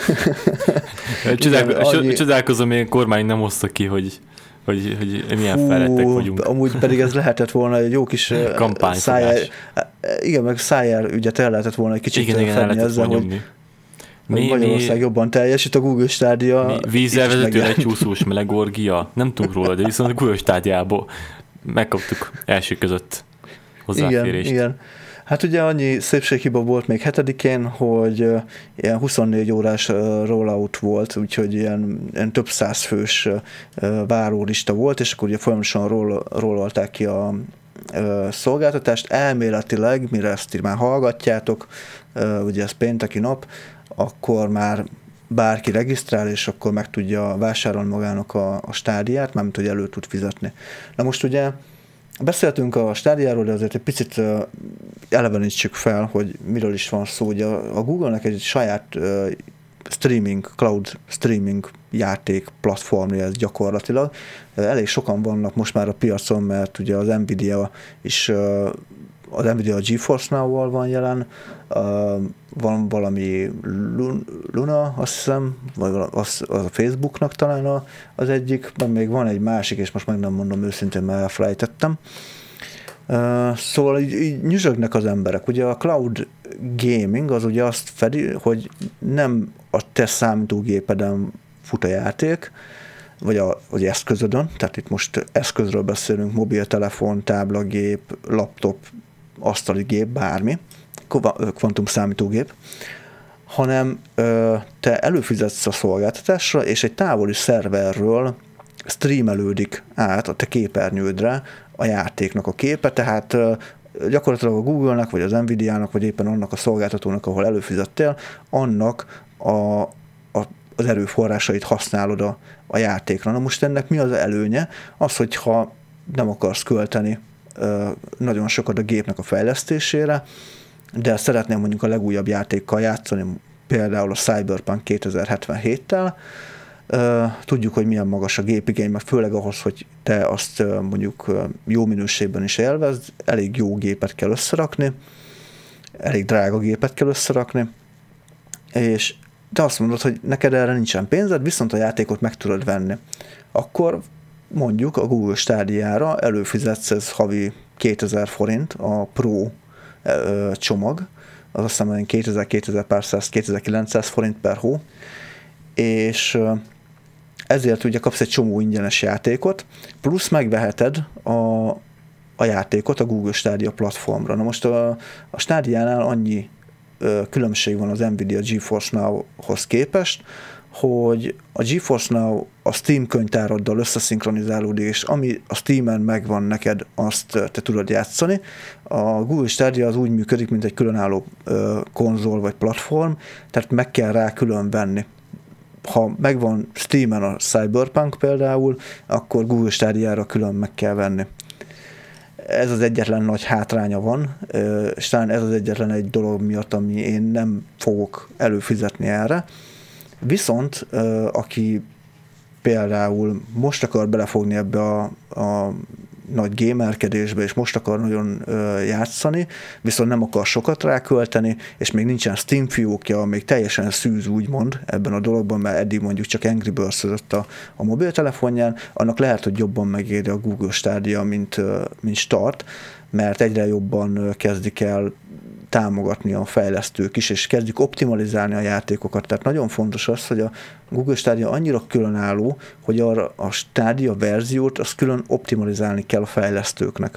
Csodálkozom, még a kormány nem hozta ki, hogy milyen fejlettek vagyunk. Amúgy pedig ez lehetett volna egy jó kis kampányfogás. Igen, meg szájár ügyet el lehetett volna egy kicsit fedni ezzel, hogy Magyarország jobban teljesít, a Google Stadia. Vízzelvezető lecsúszós meleg orgia. Nem tudunk róla, de viszont a Google Stadiából megkaptuk első között hozzáférést. Igen. Hát ugye annyi szépséghiba volt még 7-én, hogy ilyen 24 órás rollout volt, úgyhogy ilyen több száz fős várólista volt, és akkor ugye folyamatosan rollolták ki a szolgáltatást. Elméletileg, mire ezt már hallgatjátok, ugye ez pénteki nap, akkor már bárki regisztrál, és akkor meg tudja vásárolni magának a Stadiát, mármint, hogy elő tud fizetni. Na most ugye beszéltünk a Stadiáról, de azért egy picit elevenítsük fel, hogy miről is van szó. Ugye a Google-nek egy saját cloud streaming játék platformja ez gyakorlatilag. Elég sokan vannak most már a piacon, mert ugye az Nvidia is, az Nvidia GeForce Now-val van jelen, van valami Luna, azt hiszem, vagy az a Facebooknak talán az egyik, még van egy másik, és most meg nem mondom őszintén, mert elfelejtettem. Szóval így nyüzsögnek az emberek. Ugye a cloud gaming az ugye azt fedi, hogy nem a te számítógépeden fut a játék, vagy eszközödön, tehát itt most eszközről beszélünk, mobiltelefon, táblagép, laptop, asztali gép, bármi, kvantum számítógép, hanem te előfizetsz a szolgáltatásra, és egy távoli szerverről streamelődik át a te képernyődre a játéknak a képe, tehát gyakorlatilag a Google-nek, vagy az Nvidia-nak, vagy éppen annak a szolgáltatónak, ahol előfizettél, annak az erőforrásait használod a játékra. Na most ennek mi az előnye? Az, hogyha nem akarsz költeni nagyon sokat a gépnek a fejlesztésére, de szeretném mondjuk a legújabb játékkal játszani, például a Cyberpunk 2077-tel, tudjuk, hogy milyen magas a gépigény, meg főleg ahhoz, hogy te azt mondjuk jó minőségben is élvezd, elég jó gépet kell összerakni, elég drága gépet kell összerakni, és te azt mondod, hogy neked erre nincsen pénzed, viszont a játékot meg tudod venni. Akkor mondjuk a Google Stadiára előfizetsz, ez havi 2000 forint a Pro csomag, az azt hiszem 2900 forint per hó, és ezért ugye kapsz egy csomó ingyenes játékot, plusz megveheted a játékot a Google Stadia platformra. Na most a Stadiánál annyi különbség van az Nvidia GeForce Now-hoz képest, hogy a GeForce Now a Steam könyvtáraddal összeszinkronizálódik, és ami a Steamen megvan neked, azt te tudod játszani. A Google Stadia az úgy működik, mint egy különálló konzol vagy platform, tehát meg kell rá külön venni. Ha megvan Steamen a Cyberpunk például, akkor Google Stadiára külön meg kell venni. Ez az egyetlen nagy hátránya van, és talán ez az egyetlen egy dolog miatt, ami én nem fogok előfizetni erre. Viszont aki például most akar belefogni ebbe a nagy gamerkedésbe, és most akar nagyon játszani, viszont nem akar sokat rákölteni, és még nincsen Steam fiókja, még teljesen szűz úgymond ebben a dologban, mert eddig mondjuk csak Angry Birds-özött a mobiltelefonján, annak lehet, hogy jobban megéri a Google Stadia, mint start, mert egyre jobban kezdik el támogatni a fejlesztők is, és kezdjük optimalizálni a játékokat. Tehát nagyon fontos az, hogy a Google Stadia annyira különálló, hogy arra a Stadia verziót azt külön optimalizálni kell a fejlesztőknek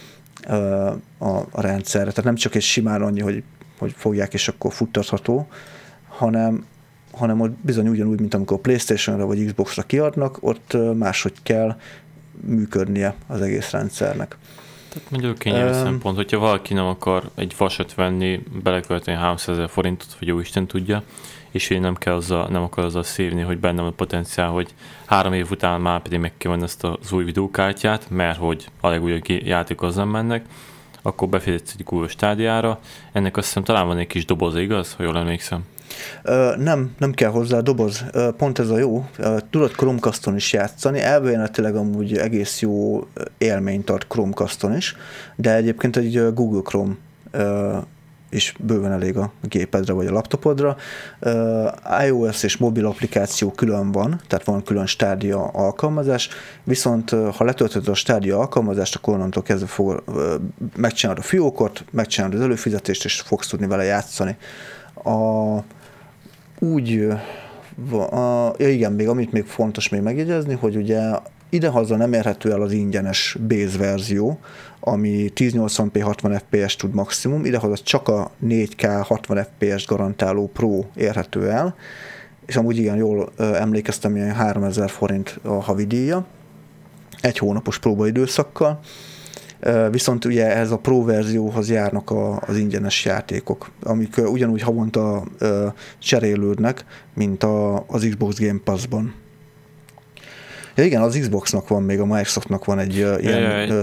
a rendszerre. Tehát nem csak egy simán annyi, hogy fogják és akkor futtatható, hanem ott bizony ugyanúgy, mint amikor PlayStation-ra vagy Xbox-ra kiadnak, ott máshogy kell működnie az egész rendszernek. Tehát mondjuk kényelmi szempont, hogyha valaki nem akar egy vasat venni, belekölteni 300 000 forintot, vagy jó Isten tudja, és én nem akar azzal szívni, hogy bennem a potenciál, hogy 3 év után már pedig meg kell venni ezt az új videókártyát, mert hogy a legújabb játék az nem mennek, akkor befizetsz egy Google Stádiára. Ennek azt hiszem talán van egy kis doboz, igaz? Ha jól emlékszem. Nem kell hozzá doboz, pont ez a jó. Tudod Chromecaston is játszani, elméletileg amúgy egész jó élményt ad Chromecaston is, de egyébként egy Google Chrome is bőven elég a gépedre vagy a laptopodra. iOS és mobil applikáció külön van, tehát van külön Stadia alkalmazás, viszont ha letöltöd a Stadia alkalmazást, akkor onnantól kezdve megcsinálod a fiókot, megcsinálod az előfizetést, és fogsz tudni vele játszani. Igen, még amit még fontos még megjegyezni, hogy ugye idehaza nem érhető el az ingyenes base verzió, ami 1080p 60 fps tud maximum, idehaza csak a 4K 60 fps garantáló Pro érhető el, és amúgy igen, jól emlékeztem, ilyen 3000 forint a havidíja, 1 hónapos próbaidőszakkal, viszont ugye ehhez a Pro verzióhoz járnak az ingyenes játékok, amik ugyanúgy havonta cserélődnek, mint az Xbox Game Pass-ban. Ja igen, az Xboxnak van még, a Microsoftnak van egy ilyen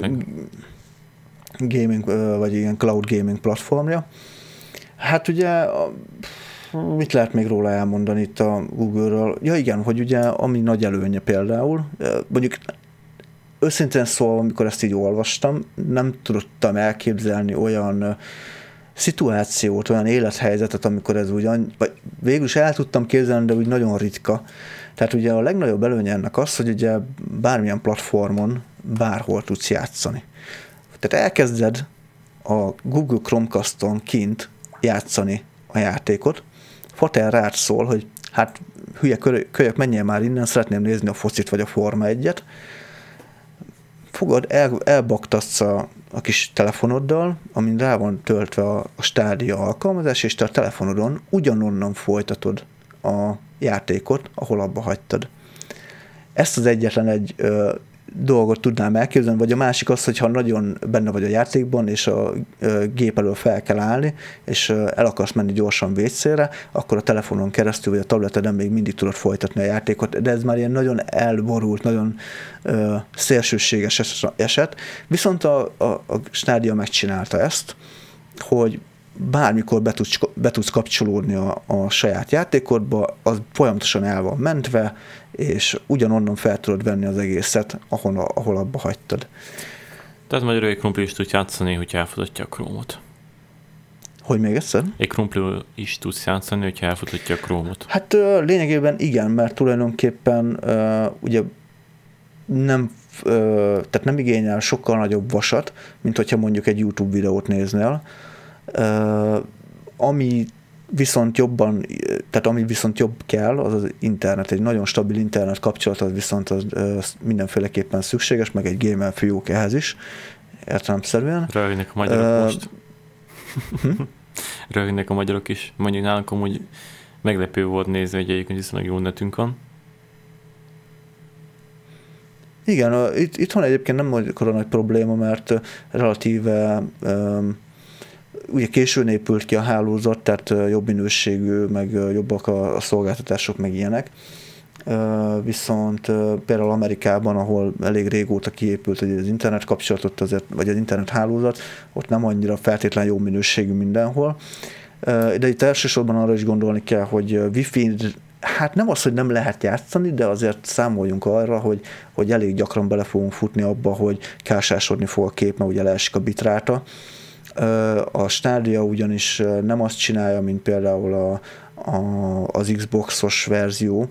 gaming, vagy ilyen cloud gaming platformja. Hát ugye mit lehet még róla elmondani itt a Google-ről? Ja igen, hogy ugye ami nagy előnye például, mondjuk őszintén szólva, amikor ezt így olvastam, nem tudtam elképzelni olyan szituációt, olyan élethelyzetet, amikor ez ugyan, vagy végül is el tudtam képzelni, de úgy nagyon ritka. Tehát ugye a legnagyobb előnye ennek az, hogy ugye bármilyen platformon bárhol tudsz játszani. Tehát elkezded a Google Chromecaston kint játszani a játékot, Fater rád szól, hogy hát hülye kölyök, menjél már innen, szeretném nézni a focit vagy a Forma 1-et. Fogod, elbaktatsz a kis telefonoddal, amin rá van töltve a Stadia alkalmazás, és te a telefonodon ugyanonnan folytatod a játékot, ahol abba hagytad. Ezt az egyetlen egy dolgot tudnám elképzelni, vagy a másik az, hogyha nagyon benne vagy a játékban, és a gép elől fel kell állni, és el akarsz menni gyorsan vécélre, akkor a telefonon keresztül, vagy a tableteden még mindig tudod folytatni a játékot, de ez már ilyen nagyon elborult, nagyon szélsőséges eset. Viszont a Stadia megcsinálta ezt, hogy bármikor be tudsz kapcsolódni a saját játékodba, az folyamatosan el van mentve, és ugyanonnan fel tudod venni az egészet, ahol abba hagytad. Tehát magyarul egy krumpli is tudsz játszani, hogy elfutatja a Chrome-ot. Hogy még egyszer? Egy krumpli is tudsz játszani, hogyha elfutatja a Chrome-ot. Hát lényegében igen, mert tulajdonképpen ugye tehát nem igényel sokkal nagyobb vasat, mint hogyha mondjuk egy YouTube videót néznél. Ami viszont jobb kell, az az internet. Egy nagyon stabil internet kapcsolat, az viszont az mindenféleképpen szükséges, meg egy gamer fiók ehhez is, értelemszerűen. Röhögnek a magyarok most. Röhögnek a magyarok is. Mondjuk nálunk amúgy meglepő volt nézni, hogy egyébként viszonylag jó netünk van. Igen, itthon egyébként nem olyan nagy probléma, mert relatíve ugye későn épült ki a hálózat, tehát jobb minőségű, meg jobbak a szolgáltatások, meg ilyenek. Viszont például Amerikában, ahol elég régóta kiépült az internet kapcsolatot, azért, vagy az internet hálózat, ott nem annyira feltétlen jó minőségű mindenhol. De itt elsősorban arra is gondolni kell, hogy Wi-Fi, hát nem az, hogy nem lehet játszani, de azért számoljunk arra, hogy elég gyakran bele fogunk futni abba, hogy kásásodni fog a kép, mert ugye leesik a bitráta. A Stadia ugyanis nem azt csinálja, mint például az Xboxos verzió,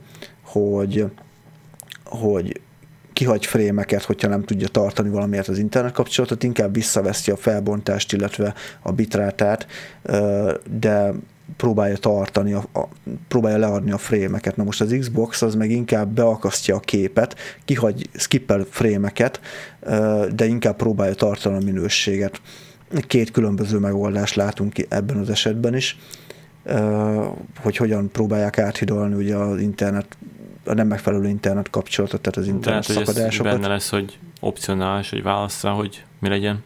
hogy kihagy frémeket, hogyha nem tudja tartani valamiért az internet kapcsolatot, inkább visszaveszi a felbontást, illetve a bitrátát, de próbálja tartani, próbálja leadni a frémeket. Na most az Xbox az meg inkább beakasztja a képet, skippel frémeket, de inkább próbálja tartani a minőséget. Két különböző megoldást látunk ebben az esetben is, hogy hogyan próbálják áthidalni ugye az internet, a nem megfelelő internet kapcsolatot, tehát az internet szakadásokat. Benne lesz, hogy opcionális, hogy válasszál, hogy mi legyen.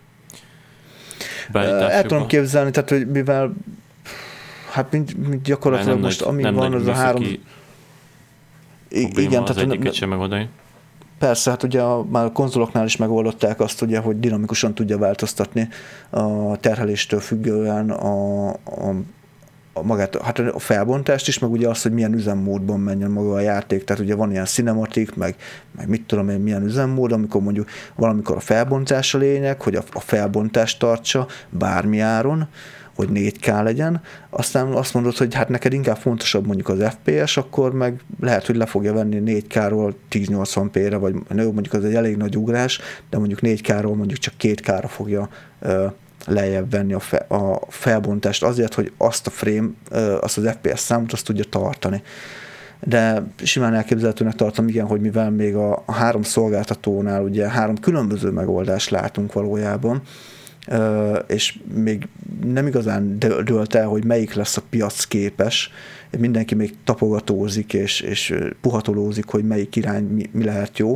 El tudom képzelni, tehát hogy mivel hát mint gyakorlatilag most ami van, az a három... Igen, tehát egyiket sem megoldani. Persze, hát ugye már a konzoloknál is megoldották azt, ugye, hogy dinamikusan tudja változtatni a terheléstől függően magát, hát a felbontást is, meg ugye azt, hogy milyen üzemmódban menjen maga a játék. Tehát ugye van ilyen cinematik, meg mit tudom én, milyen üzemmód, amikor mondjuk valamikor a felbontás a lényeg, hogy a felbontást tartsa bármi áron, hogy 4K legyen, aztán azt mondod, hogy hát neked inkább fontosabb mondjuk az FPS, akkor meg lehet, hogy le fogja venni 4K-ról 1080p-re, vagy mondjuk az egy elég nagy ugrás, de mondjuk 4K-ról mondjuk csak 2K-ra fogja lejjebb venni a felbontást azért, hogy azt a frame, azt az FPS számot azt tudja tartani. De simán elképzelhetőnek tartom, igen, hogy mivel még a három szolgáltatónál ugye három különböző megoldást látunk valójában, és még nem igazán dölt el, hogy melyik lesz a piac képes. Mindenki még tapogatózik és puhatolózik, hogy melyik irány mi lehet jó.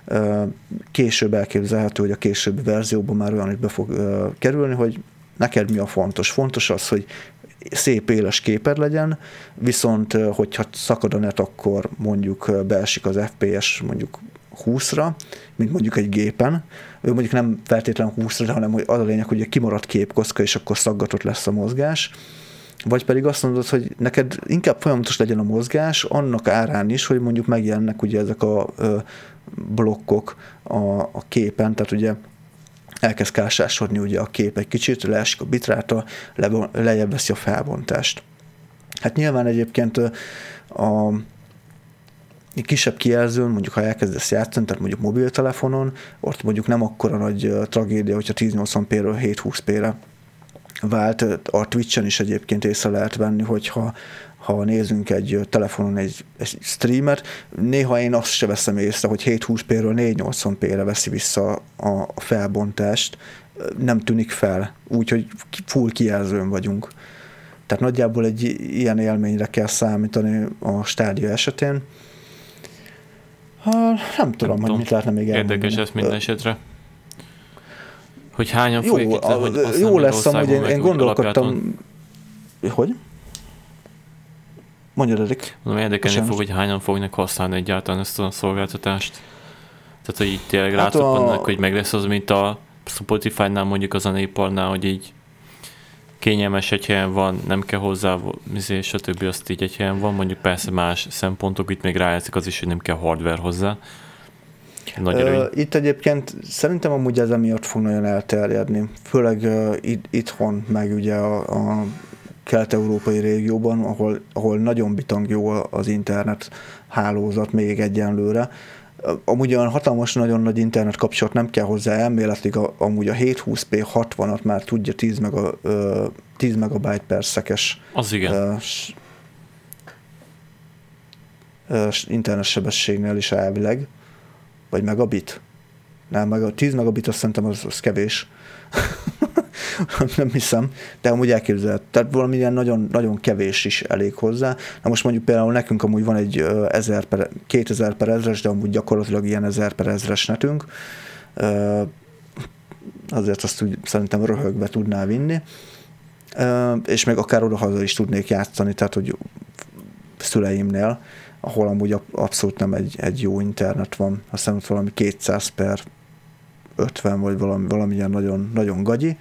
Később elképzelhető, hogy a későbbi verzióban már olyan is be fog kerülni, hogy neked mi a fontos. Fontos az, hogy szép éles képed legyen, viszont hogyha szakad a net, akkor mondjuk beesik az FPS mondjuk 20-ra, mint mondjuk egy gépen. Ő mondjuk nem feltétlenül 20-ra, hanem hogy az a lényeg, hogy kimaradt képkocka, és akkor szaggatott lesz a mozgás. Vagy pedig azt mondod, hogy neked inkább folyamatos legyen a mozgás, annak árán is, hogy mondjuk megjelennek ugye ezek a blokkok a képen, tehát ugye elkezd kásásodni ugye a kép egy kicsit, leesik a bitráta, lejjebb veszi a felbontást. Hát nyilván egyébként a kisebb kijelzőn, mondjuk ha elkezdesz játszani, tehát mondjuk mobiltelefonon, ott mondjuk nem akkora nagy tragédia, hogyha 1080p-ről 720p-re vált. A Twitch-en is egyébként észre lehet venni, hogyha nézünk egy telefonon egy streamet, néha én azt se veszem észre, hogy 720p-ről 480p-re veszi vissza a felbontást, nem tűnik fel, úgyhogy full kijelzőn vagyunk. Tehát nagyjából egy ilyen élményre kell számítani a Stadia esetén. Nem tudom, hogy mit lehetne még elmondani. Érdekes ez minden esetre. Hogy hányan jó, folyik itt, hogy jó lesz, hogy én gondolkodtam... Hogy? Mondjad, Erik. Mondom, érdekelni fog, hogy hányan fognak használni egyáltalán ezt a szolgáltatást. Tehát, hogy így tényleg hát látok hogy meg lesz az, mint a Spotify-nál, mondjuk a zenéparnál, hogy így kényelmes egy helyen van, nem kell hozzá, stb. Azt így egy helyen van, mondjuk persze más szempontok, itt még rájátszik az is, hogy nem kell hardware hozzá. Itt egyébként szerintem amúgy ez emiatt fog nagyon elterjedni, főleg itthon, meg ugye a kelet-európai régióban, ahol nagyon bitang jó az internet hálózat még egyenlőre. Amúgy olyan hatalmas, nagyon nagy internet kapcsolat nem kell hozzá, elméletileg amúgy a 720p 60-at már tudja 10 megabyte per szekes az igen. Internet sebességnél is elvileg, vagy megabit? Nem, meg a 10 megabit azt szerintem az kevés. Nem hiszem, de amúgy elképzelhet. Tehát valamilyen nagyon, nagyon kevés is elég hozzá. Na most mondjuk például nekünk amúgy van egy 2000 per 1000-es, de amúgy gyakorlatilag ilyen 1000 per 1000-es netünk. Azért azt úgy szerintem röhögve tudná vinni. És még akár oda-haza is tudnék játszani, tehát hogy szüleimnél, ahol amúgy abszolút nem egy jó internet van. Azt hiszem, hogy valami 200 per 50, vagy valamilyen nagyon, nagyon gagyi.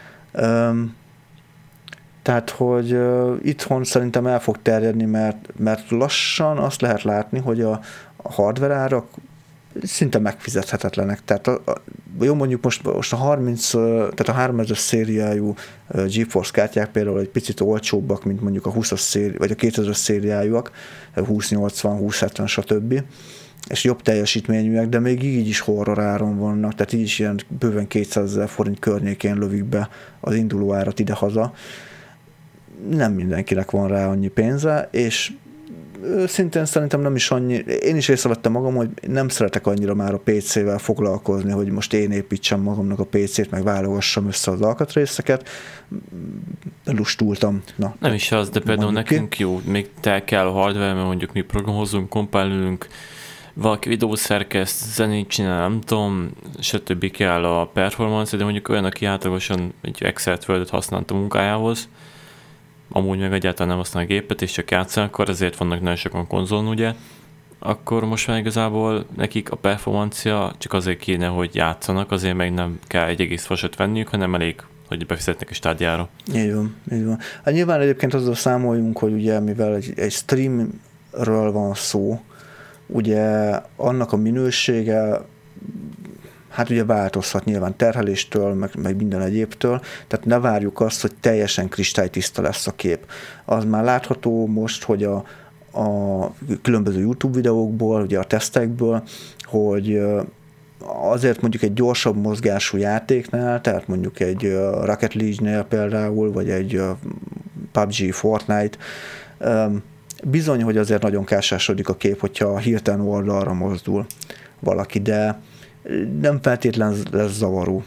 Tehát, hogy itthon szerintem el fog terjedni, mert lassan azt lehet látni, hogy a hardware árak szinte megfizethetetlenek. Tehát jó, mondjuk most a 3000-es szériájú GeForce kártyák például egy picit olcsóbbak, mint mondjuk a 20-as szériájú, vagy a 2000-es szériájúak, 2080, 2070, stb. És jobb teljesítményűek, de még így is horror áron vannak, tehát így is ilyen bőven 200 000 forint környékén lövik be az induló árat idehaza. Nem mindenkinek van rá annyi pénze, és szintén szerintem nem is annyi, én is észrevettem magam, hogy nem szeretek annyira már a PC-vel foglalkozni, hogy most én építsem magamnak a PC-t, meg válogassam össze az alkatrészeket. Lustultam. Na, nem is az, de például nekünk jó, még kell a hardware, mert mondjuk mi programozunk, kompálülünk, valaki videószerkeszt, zenét csinál, nem tudom, stb. Kell a performance, de mondjuk olyan, aki átlagosan egy Excel Word-öt használt a munkájához, amúgy meg egyáltalán nem használ a gépet, és csak játszál, akkor ezért vannak nagyon sokan konzolon, ugye, akkor most már igazából nekik a performancia csak azért kéne, hogy játszanak, azért meg nem kell egy egész vasat venniük, hanem elég, hogy befizetnek a stádiára. Így van, így van. Hát nyilván egyébként azzal számoljunk, hogy ugye mivel egy streamről van szó, ugye annak a minősége hát ugye változhat nyilván terheléstől, meg minden egyébtől, tehát ne várjuk azt, hogy teljesen kristálytiszta lesz a kép. Az már látható most, hogy a különböző YouTube videókból, ugye a tesztekből, hogy azért mondjuk egy gyorsabb mozgású játéknál, tehát mondjuk egy Rocket League-nél például, vagy egy PUBG, Fortnite, bizony, hogy azért nagyon kásásodik a kép, hogyha hirtelen oldalra mozdul valaki, de nem feltétlen lesz zavaró.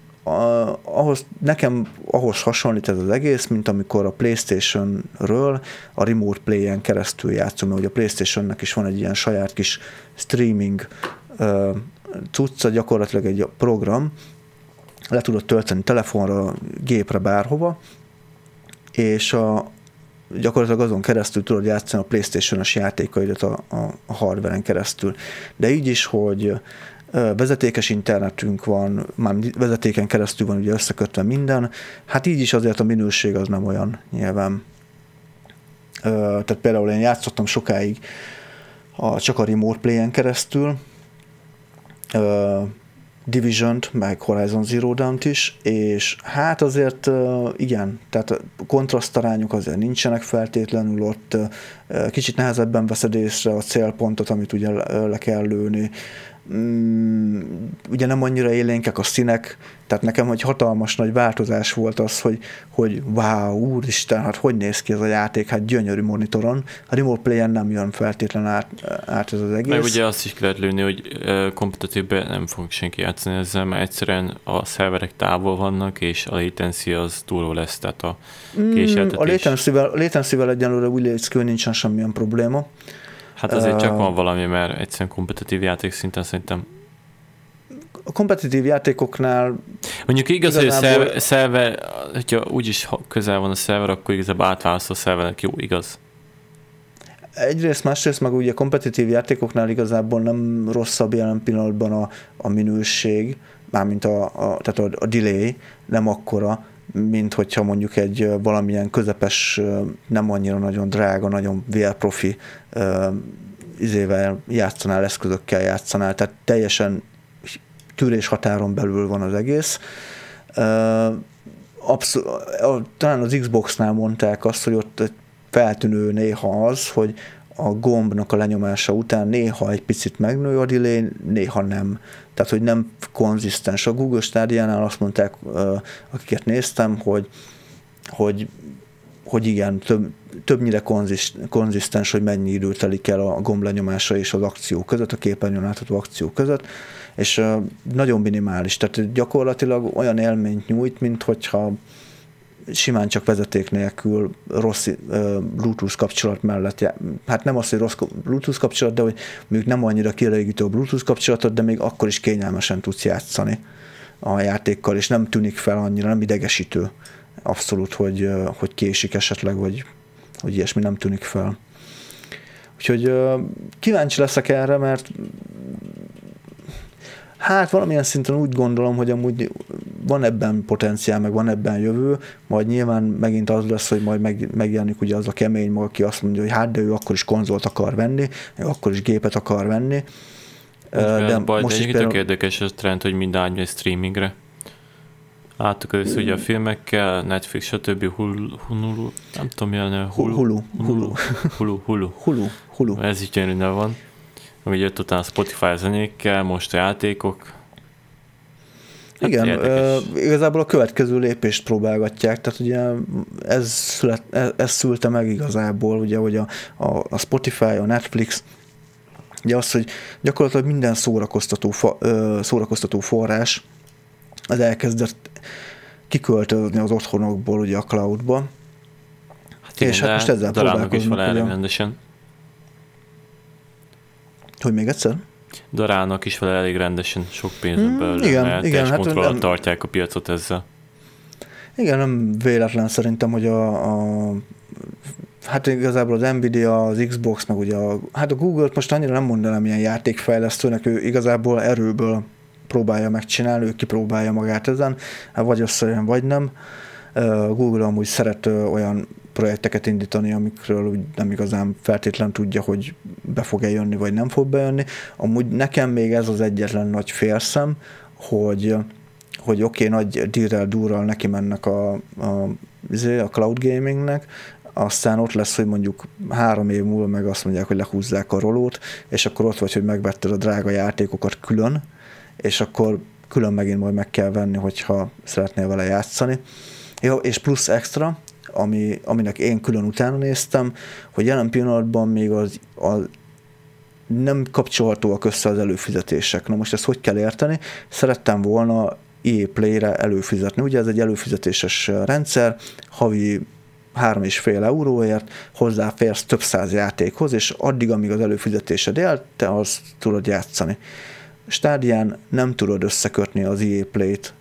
Ahhoz hasonlít ez az egész, mint amikor a PlayStation-ről a Remote Play-en keresztül játszom, mert ugye a PlayStation-nek is van egy ilyen saját kis streaming cucca, gyakorlatilag egy program, le tudod tölteni telefonra, gépre, bárhova, és gyakorlatilag azon keresztül tudod játszani a PlayStation-os játékaidat a hardware-en keresztül. De így is, hogy vezetékes internetünk van, már vezetéken keresztül van ugye összekötve minden, hát így is azért a minőség az nem olyan nyilván. Tehát például én játszottam sokáig csak a Remote Play-en keresztül, Division-t, meg Horizon Zero Dawn-t is, és hát azért igen, tehát a kontrasztarányok azért nincsenek feltétlenül ott, kicsit nehezebben veszed észre a célpontot, amit ugye le kell lőni, ugye nem annyira élénkek a színek, tehát nekem egy hatalmas nagy változás volt az, hogy wow, úristen, hát hogy néz ki ez a játék, hát gyönyörű monitoron. A Remote Play-en nem jön feltétlen át ez az egész. Meg ugye azt is lehet lőni, hogy kompetitívben nem fog senki játszani ezzel, mert egyszerűen a szerverek távol vannak, és a latency az túló lesz, tehát a késeltetés. A latency-vel egyenlőre úgy létszkő nincsen semmilyen probléma. Hát azért csak van valami, mert egyszerűen kompetitív játék szinten szerintem. A kompetitív játékoknál mondjuk igaz, hogy a szerver, hogyha úgyis közel van a szerver, akkor igazából átválasztó a szervernek jó, igaz? Egyrészt, másrészt meg ugye kompetitív játékoknál igazából nem rosszabb jelen pillanatban a minőség, mármint tehát a delay nem akkora, mint hogyha mondjuk egy valamilyen közepes, nem annyira nagyon drága, nagyon vérprofi izével játszanál, eszközökkel játszanál, tehát teljesen tűrés határon belül van az egész. Talán az Xboxnál mondták azt, hogy ott feltűnő néha az, hogy a gombnak a lenyomása után néha egy picit megnő a delay, néha nem. Tehát, hogy nem konzisztens. A Google Stadia-nál azt mondták, akiket néztem, hogy igen, többnyire konzisztens, hogy mennyi idő telik el a gomb lenyomása és az akció között, a képernyőn látható akció között, és nagyon minimális. Tehát gyakorlatilag olyan élményt nyújt, mint hogyha simán csak vezeték nélkül rossz Bluetooth kapcsolat mellett, hát nem az, hogy rossz Bluetooth kapcsolat, de hogy mondjuk nem annyira kielégítő a Bluetooth kapcsolatot, de még akkor is kényelmesen tudsz játszani a játékkal, és nem tűnik fel annyira, nem idegesítő abszolút, hogy késik esetleg, vagy hogy ilyesmi nem tűnik fel. Úgyhogy kíváncsi leszek erre, mert hát valamilyen szinten úgy gondolom, hogy amúgy van ebben potenciál, meg van ebben jövő, majd nyilván megint az lesz, hogy majd megjelenik ugye az a kemény maga, aki azt mondja, hogy hát de ő akkor is konzolt akar venni, meg akkor is gépet akar venni. De most is például... érdekes az trend, hogy mind átmegy streamingre. Láttuk össze ugye a filmekkel, Netflix, stb. Hulu, nem tudom mi a Hulu. Ez is gyönyörű van. Ugye jött utána Spotify zenékkel, most a játékok. Hát igen, igazából a következő lépést próbálgatják, tehát ugye ez szülte meg igazából, ugye, hogy a Spotify, a Netflix, ugye az, hogy gyakorlatilag minden szórakoztató forrás az elkezdett kiköltözni az otthonokból ugye a cloudba. Hát igen, és hát most ezzel próbálkoznak. Is rendesen. Hogy még egyszer? Darálnak is vele elég rendesen sok pénzből, igen, teljes hát kontroll alatt nem, tartják a piacot ezzel. igen, nem véletlen szerintem, hogy hát igazából az Nvidia, az Xbox, meg ugye hát a Google-t most annyira nem mondanám ilyen játékfejlesztőnek, ő igazából erőből próbálja megcsinálni, ő kipróbálja magát ezen, hát vagy összejön, vagy nem. Google amúgy szeret olyan projekteket indítani, amikről úgy nem igazán feltétlen tudja, hogy be fog-e jönni, vagy nem fog bejönni. Amúgy nekem még ez az egyetlen nagy félszem, hogy oké, nagy dírrel, durral neki mennek a cloud gamingnek, aztán ott lesz, hogy mondjuk 3 év múlva meg azt mondják, hogy lehúzzák a rolót, és akkor ott vagy, hogy megvetted a drága játékokat külön, és akkor külön megint majd meg kell venni, hogyha szeretnél vele játszani. Jó, és plusz extra, aminek én külön utána néztem, hogy jelen pillanatban még nem kapcsolhatóak össze az előfizetések. Na most ezt hogy kell érteni? Szerettem volna EA Play-re előfizetni. Ugye ez egy előfizetéses rendszer, havi 3,5 euróért hozzáférsz több száz játékhoz, és addig, amíg az előfizetésed él, te azt tudod játszani. Stádián nem tudod összekötni az EA Play-t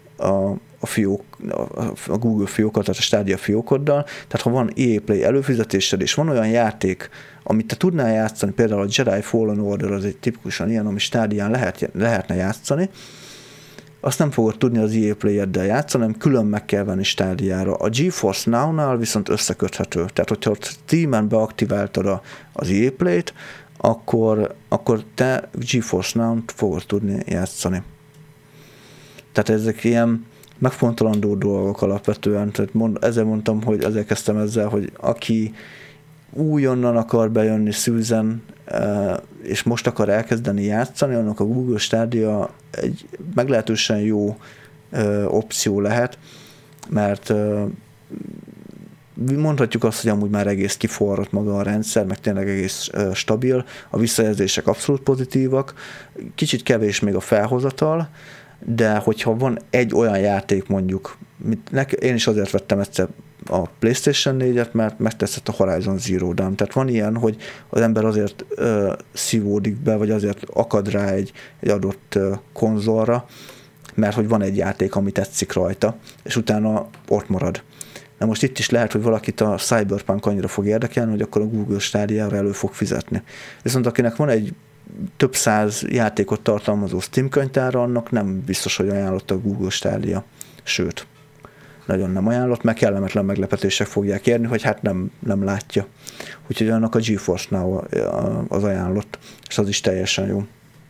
a Google fiókat, tehát a Stadia fiókoddal, tehát ha van EA Play előfizetésed, és van olyan játék, amit te tudnál játszani, például a Jedi Fallen Order az egy tipikusan ilyen, ami Stadián lehetne játszani, azt nem fogod tudni az EA Play-eddel játszani, hanem külön meg kell venni Stadiára. A GeForce Now-nál viszont összeköthető. Tehát, hogyha Steam-en beaktiváltad az EA Play-t, akkor te GeForce Now-t fogod tudni játszani. Tehát ezek ilyen megfontolandó dolgok alapvetően. Tehát ezért mondtam, hogy ezért kezdtem ezzel, hogy aki újonnan akar bejönni szűzen, és most akar elkezdeni játszani, annak a Google Stadia egy meglehetősen jó opció lehet, mert mondhatjuk azt, hogy amúgy már egész kiforrott maga a rendszer, meg tényleg egész stabil, a visszajelzések abszolút pozitívak, kicsit kevés még a felhozatal, de hogyha van egy olyan játék mondjuk, én is azért vettem egyszer a PlayStation 4-et, mert megtetszett a Horizon Zero Dawn. Tehát van ilyen, hogy az ember azért szívódik be, vagy azért akad rá egy adott konzolra, mert hogy van egy játék, ami tetszik rajta, és utána ott marad. Na most itt is lehet, hogy valakit a Cyberpunk annyira fog érdekelni, hogy akkor a Google Stadia-ra elő fog fizetni. Viszont akinek van egy több száz játékot tartalmazó Steam könyvtára, annak nem biztos, hogy ajánlott a Google Stadia. Sőt, nagyon nem ajánlott, meg kellemetlen meglepetések fogják érni, hogy hát nem látja. Úgyhogy annak a GeForce Now az ajánlott, és az is teljesen jó.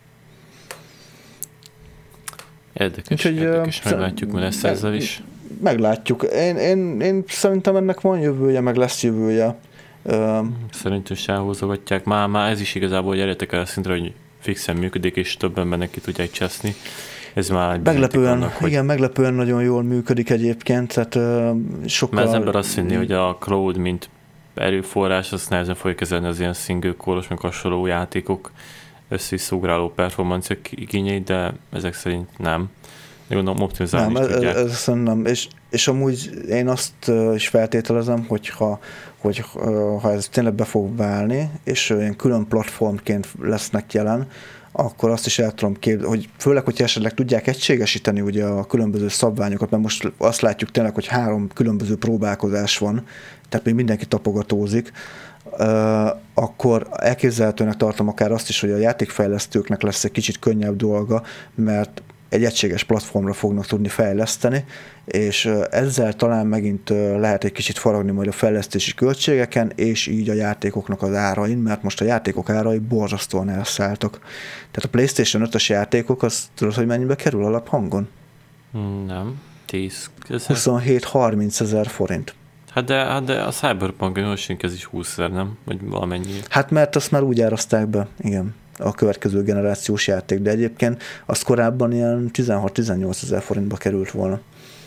Érdekes, meglátjuk, mi lesz ezzel is. Meglátjuk. Én szerintem ennek van jövője, meg lesz jövője. Szerintem se elhúzogatják. Már ez is igazából, hogy elértek el a szintre, hogy fixen működik, és több embernek ki tudják cseszni. Ez már meglepően nagyon jól működik egyébként, tehát sokkal... Mert az ember azt hinné, hogy a cloud, mint erőforrás, azt nehezen fogja kezelni az ilyen single core-os, meg hasonló játékok össze-visszaugráló performanciák igényeit, de ezek szerint nem. Gondolom optimizálni is tudják. Ez nem. És amúgy én azt is feltételezem, hogy ha ez tényleg be fog válni, és ilyen külön platformként lesznek jelen, akkor azt is el tudom képzelni, hogy főleg, hogyha esetleg tudják egységesíteni ugye a különböző szabványokat, mert most azt látjuk tényleg, hogy 3 különböző próbálkozás van, tehát még mindenki tapogatózik, akkor elképzelhetőnek tartom akár azt is, hogy a játékfejlesztőknek lesz egy kicsit könnyebb dolga, mert egy egységes platformra fognak tudni fejleszteni, és ezzel talán megint lehet egy kicsit faragni majd a fejlesztési költségeken, és így a játékoknak az árain, mert most a játékok árai borzasztóan elszálltak. Tehát a PlayStation 5-ös játékok, az tudod, hogy mennyibe kerül alaphangon? Nem, 10 27-30 ezer forint. Hát de a Cyberpunk ez is 20 000, nem? Vagy valamennyi. Hát mert azt már úgy árazták be, igen, a következő generációs játék, de egyébként az korábban ilyen 16-18 ezer forintba került volna.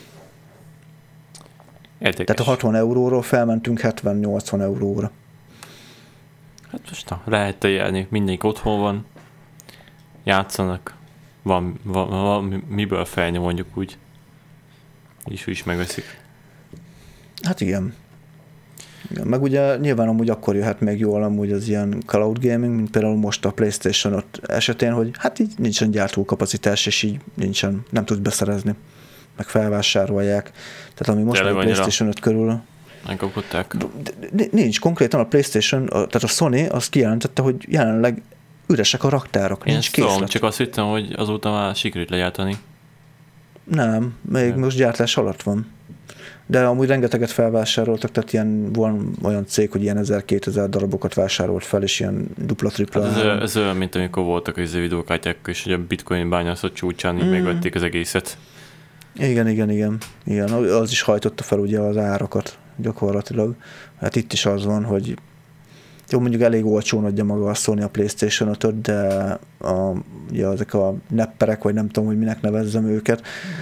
Érdekes. Tehát a 60 euróról felmentünk 70-80 euróra. Hát most lehet élni, mindenki otthon van, játszanak, van miből felni, mondjuk úgy. És is megveszik. Hát igen. Igen, meg ugye nyilván amúgy akkor jöhet még jól amúgy az ilyen cloud gaming, mint például most a PlayStation 5 esetén, hogy hát így nincsen gyártókapacitás, és így nincsen, nem tudsz beszerezni, meg felvásárolják. Tehát ami most a PlayStation 5 körül... Megkapkodták? Nincs, konkrétan a PlayStation, tehát a Sony azt kijelentette, hogy jelenleg üresek a raktárak, nincs készlet. Tudom, csak azt hittem, hogy azóta már sikerült legyártani. Nem, még most gyártás alatt van. De amúgy rengeteget felvásároltak, tehát van olyan cég, hogy ilyen 1000-2000 darabokat vásárolt fel, és ilyen dupla-tripla. Hát ez olyan, mint amikor voltak az videókártyák, és hogy a bitcoin bányászat csúcsán így megvették az egészet. Igen. Az is hajtotta fel ugye az árakat gyakorlatilag. Hát itt is az van, hogy jó, mondjuk elég olcsón adja maga a Sony a PlayStation 5-öt, de ugye ezek a nepperek, vagy nem tudom, hogy minek nevezzem őket,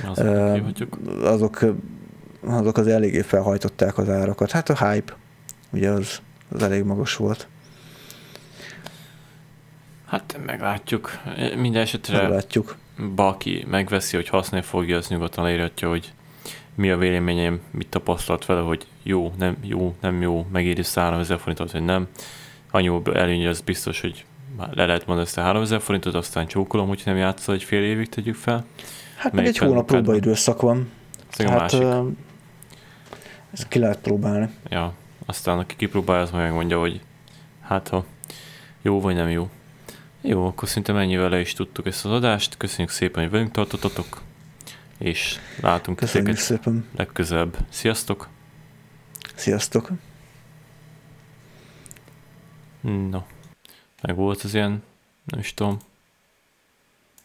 azok az eléggé felhajtották az árakat. Hát a hype, ugye az elég magas volt. Hát meglátjuk. Minden esetre meglátjuk. Baki megveszi, hogy használni fogja, az nyugodtan leírhatja, hogy mi a véleményem, mit tapasztalt vele, hogy jó, nem jó, megéri 3000 forintot, vagy nem. Annyi előnye az biztos, hogy le lehet mondani ezt a 3000 forintot, aztán csókolom, hogy nem játszol egy fél évig, tegyük fel. Hát meg egy hónap próbaidőszak van. Hát ezt ki lehet próbálni. Ja, aztán aki kipróbálja, az megmondja, hogy hát ha jó vagy nem jó. Jó, akkor szerintem ennyivel le is tudtuk ezt az adást. Köszönjük szépen, hogy velünk tartottatok, és látunk titeket legközelebb. Sziasztok! Sziasztok! No, meg volt az ilyen, nem is tudom,